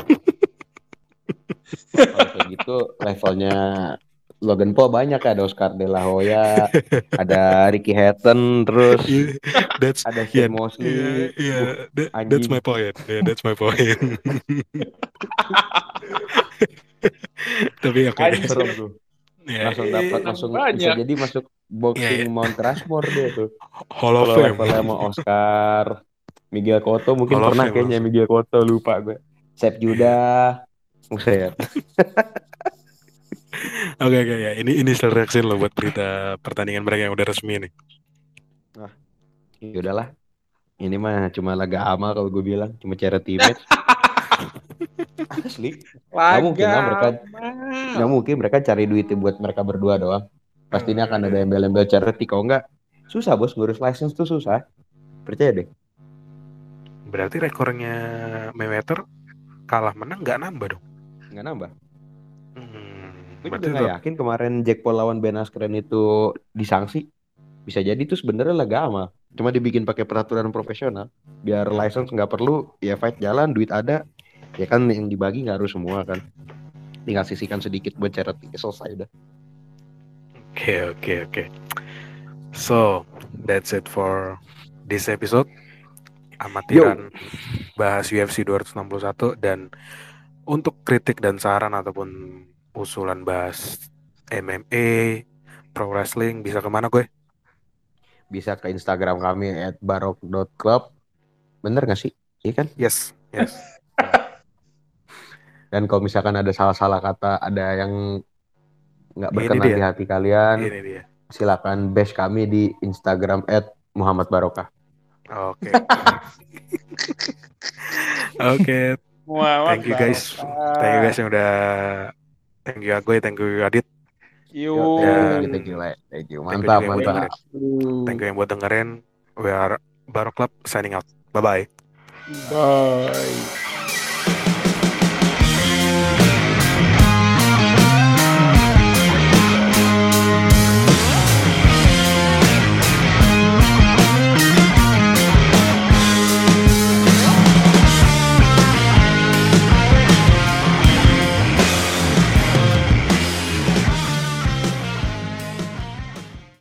Kalau kayak gitu levelnya Logan Paul banyak ya. Ada Oscar De La Hoya, ada Ricky Hatton, terus Yeah, that's ada yeah, Shane yeah, Mosley. yeah. Uh, That, that's my anjing. point. Yeah, that's my point. Tapi oke deh. Serem Anjir, tuh. Ya, Langsung dapat, eh, menang langsung bisa banyak. jadi masuk ya, boxing ya. Mount Rushmore dia tuh. Hall of Kalau Fame. levelnya sama Oscar, Miguel Cotto mungkin Hall of pernah Fame kayaknya langsung. Miguel Cotto lupa gue. Sep Iya. Judah, buset. Oke oke ya. Ini ini reaction lo buat berita pertandingan mereka yang udah resmi nih. Nah, ya udahlah. Ini mah cuma laga amal kalau gue bilang, cuma charity match. Asli. Gak mungkin lah mereka, Laga gak mungkin mereka cari duit buat mereka berdua doang. Pasti ini akan ada Hmm, embel-embel charity. Kalau enggak, susah bos ngurus license tuh susah. Percaya deh. berarti rekornya Mayweather kalah menang nggak nambah dong. Nggak nambah. Hmm, Gue juga berarti nggak tetap yakin kemarin Jack Paul lawan Ben Askren itu disanksi. Bisa jadi itu sebenarnya laga amal. Cuma dibikin pakai peraturan profesional. Biar hmm, license nggak perlu, ya fight jalan, duit ada. Ya kan yang dibagi nggak harus semua kan. Tinggal sisihkan sedikit buat charity. Selesai udah. oke oke oke. So that's it for this episode. Amatiran Yo, bahas U F C dua enam satu, dan untuk kritik dan saran ataupun usulan bahas M M A, pro wrestling bisa kemana gue? bisa ke Instagram kami at barok dot club. Bener nggak sih? Iya kan? Yes, yes. Dan kalau misalkan ada salah-salah kata, ada yang nggak Ini berkenan dia, di hati kalian, ini dia. silakan bash kami di Instagram at Muhammad Barokah. Oke, oke. Muhammad Thank you guys, thank you guys Barokah. yang udah, thank you Agoy, thank you Adit, Yo, thank you, thank you, dan thank you, Le. Thank you. thank you Mantap, juga yang buat Thank mantap. dengerin. Thank you. you yang buat dengerin. We are Barok Club signing out. Bye bye. Bye.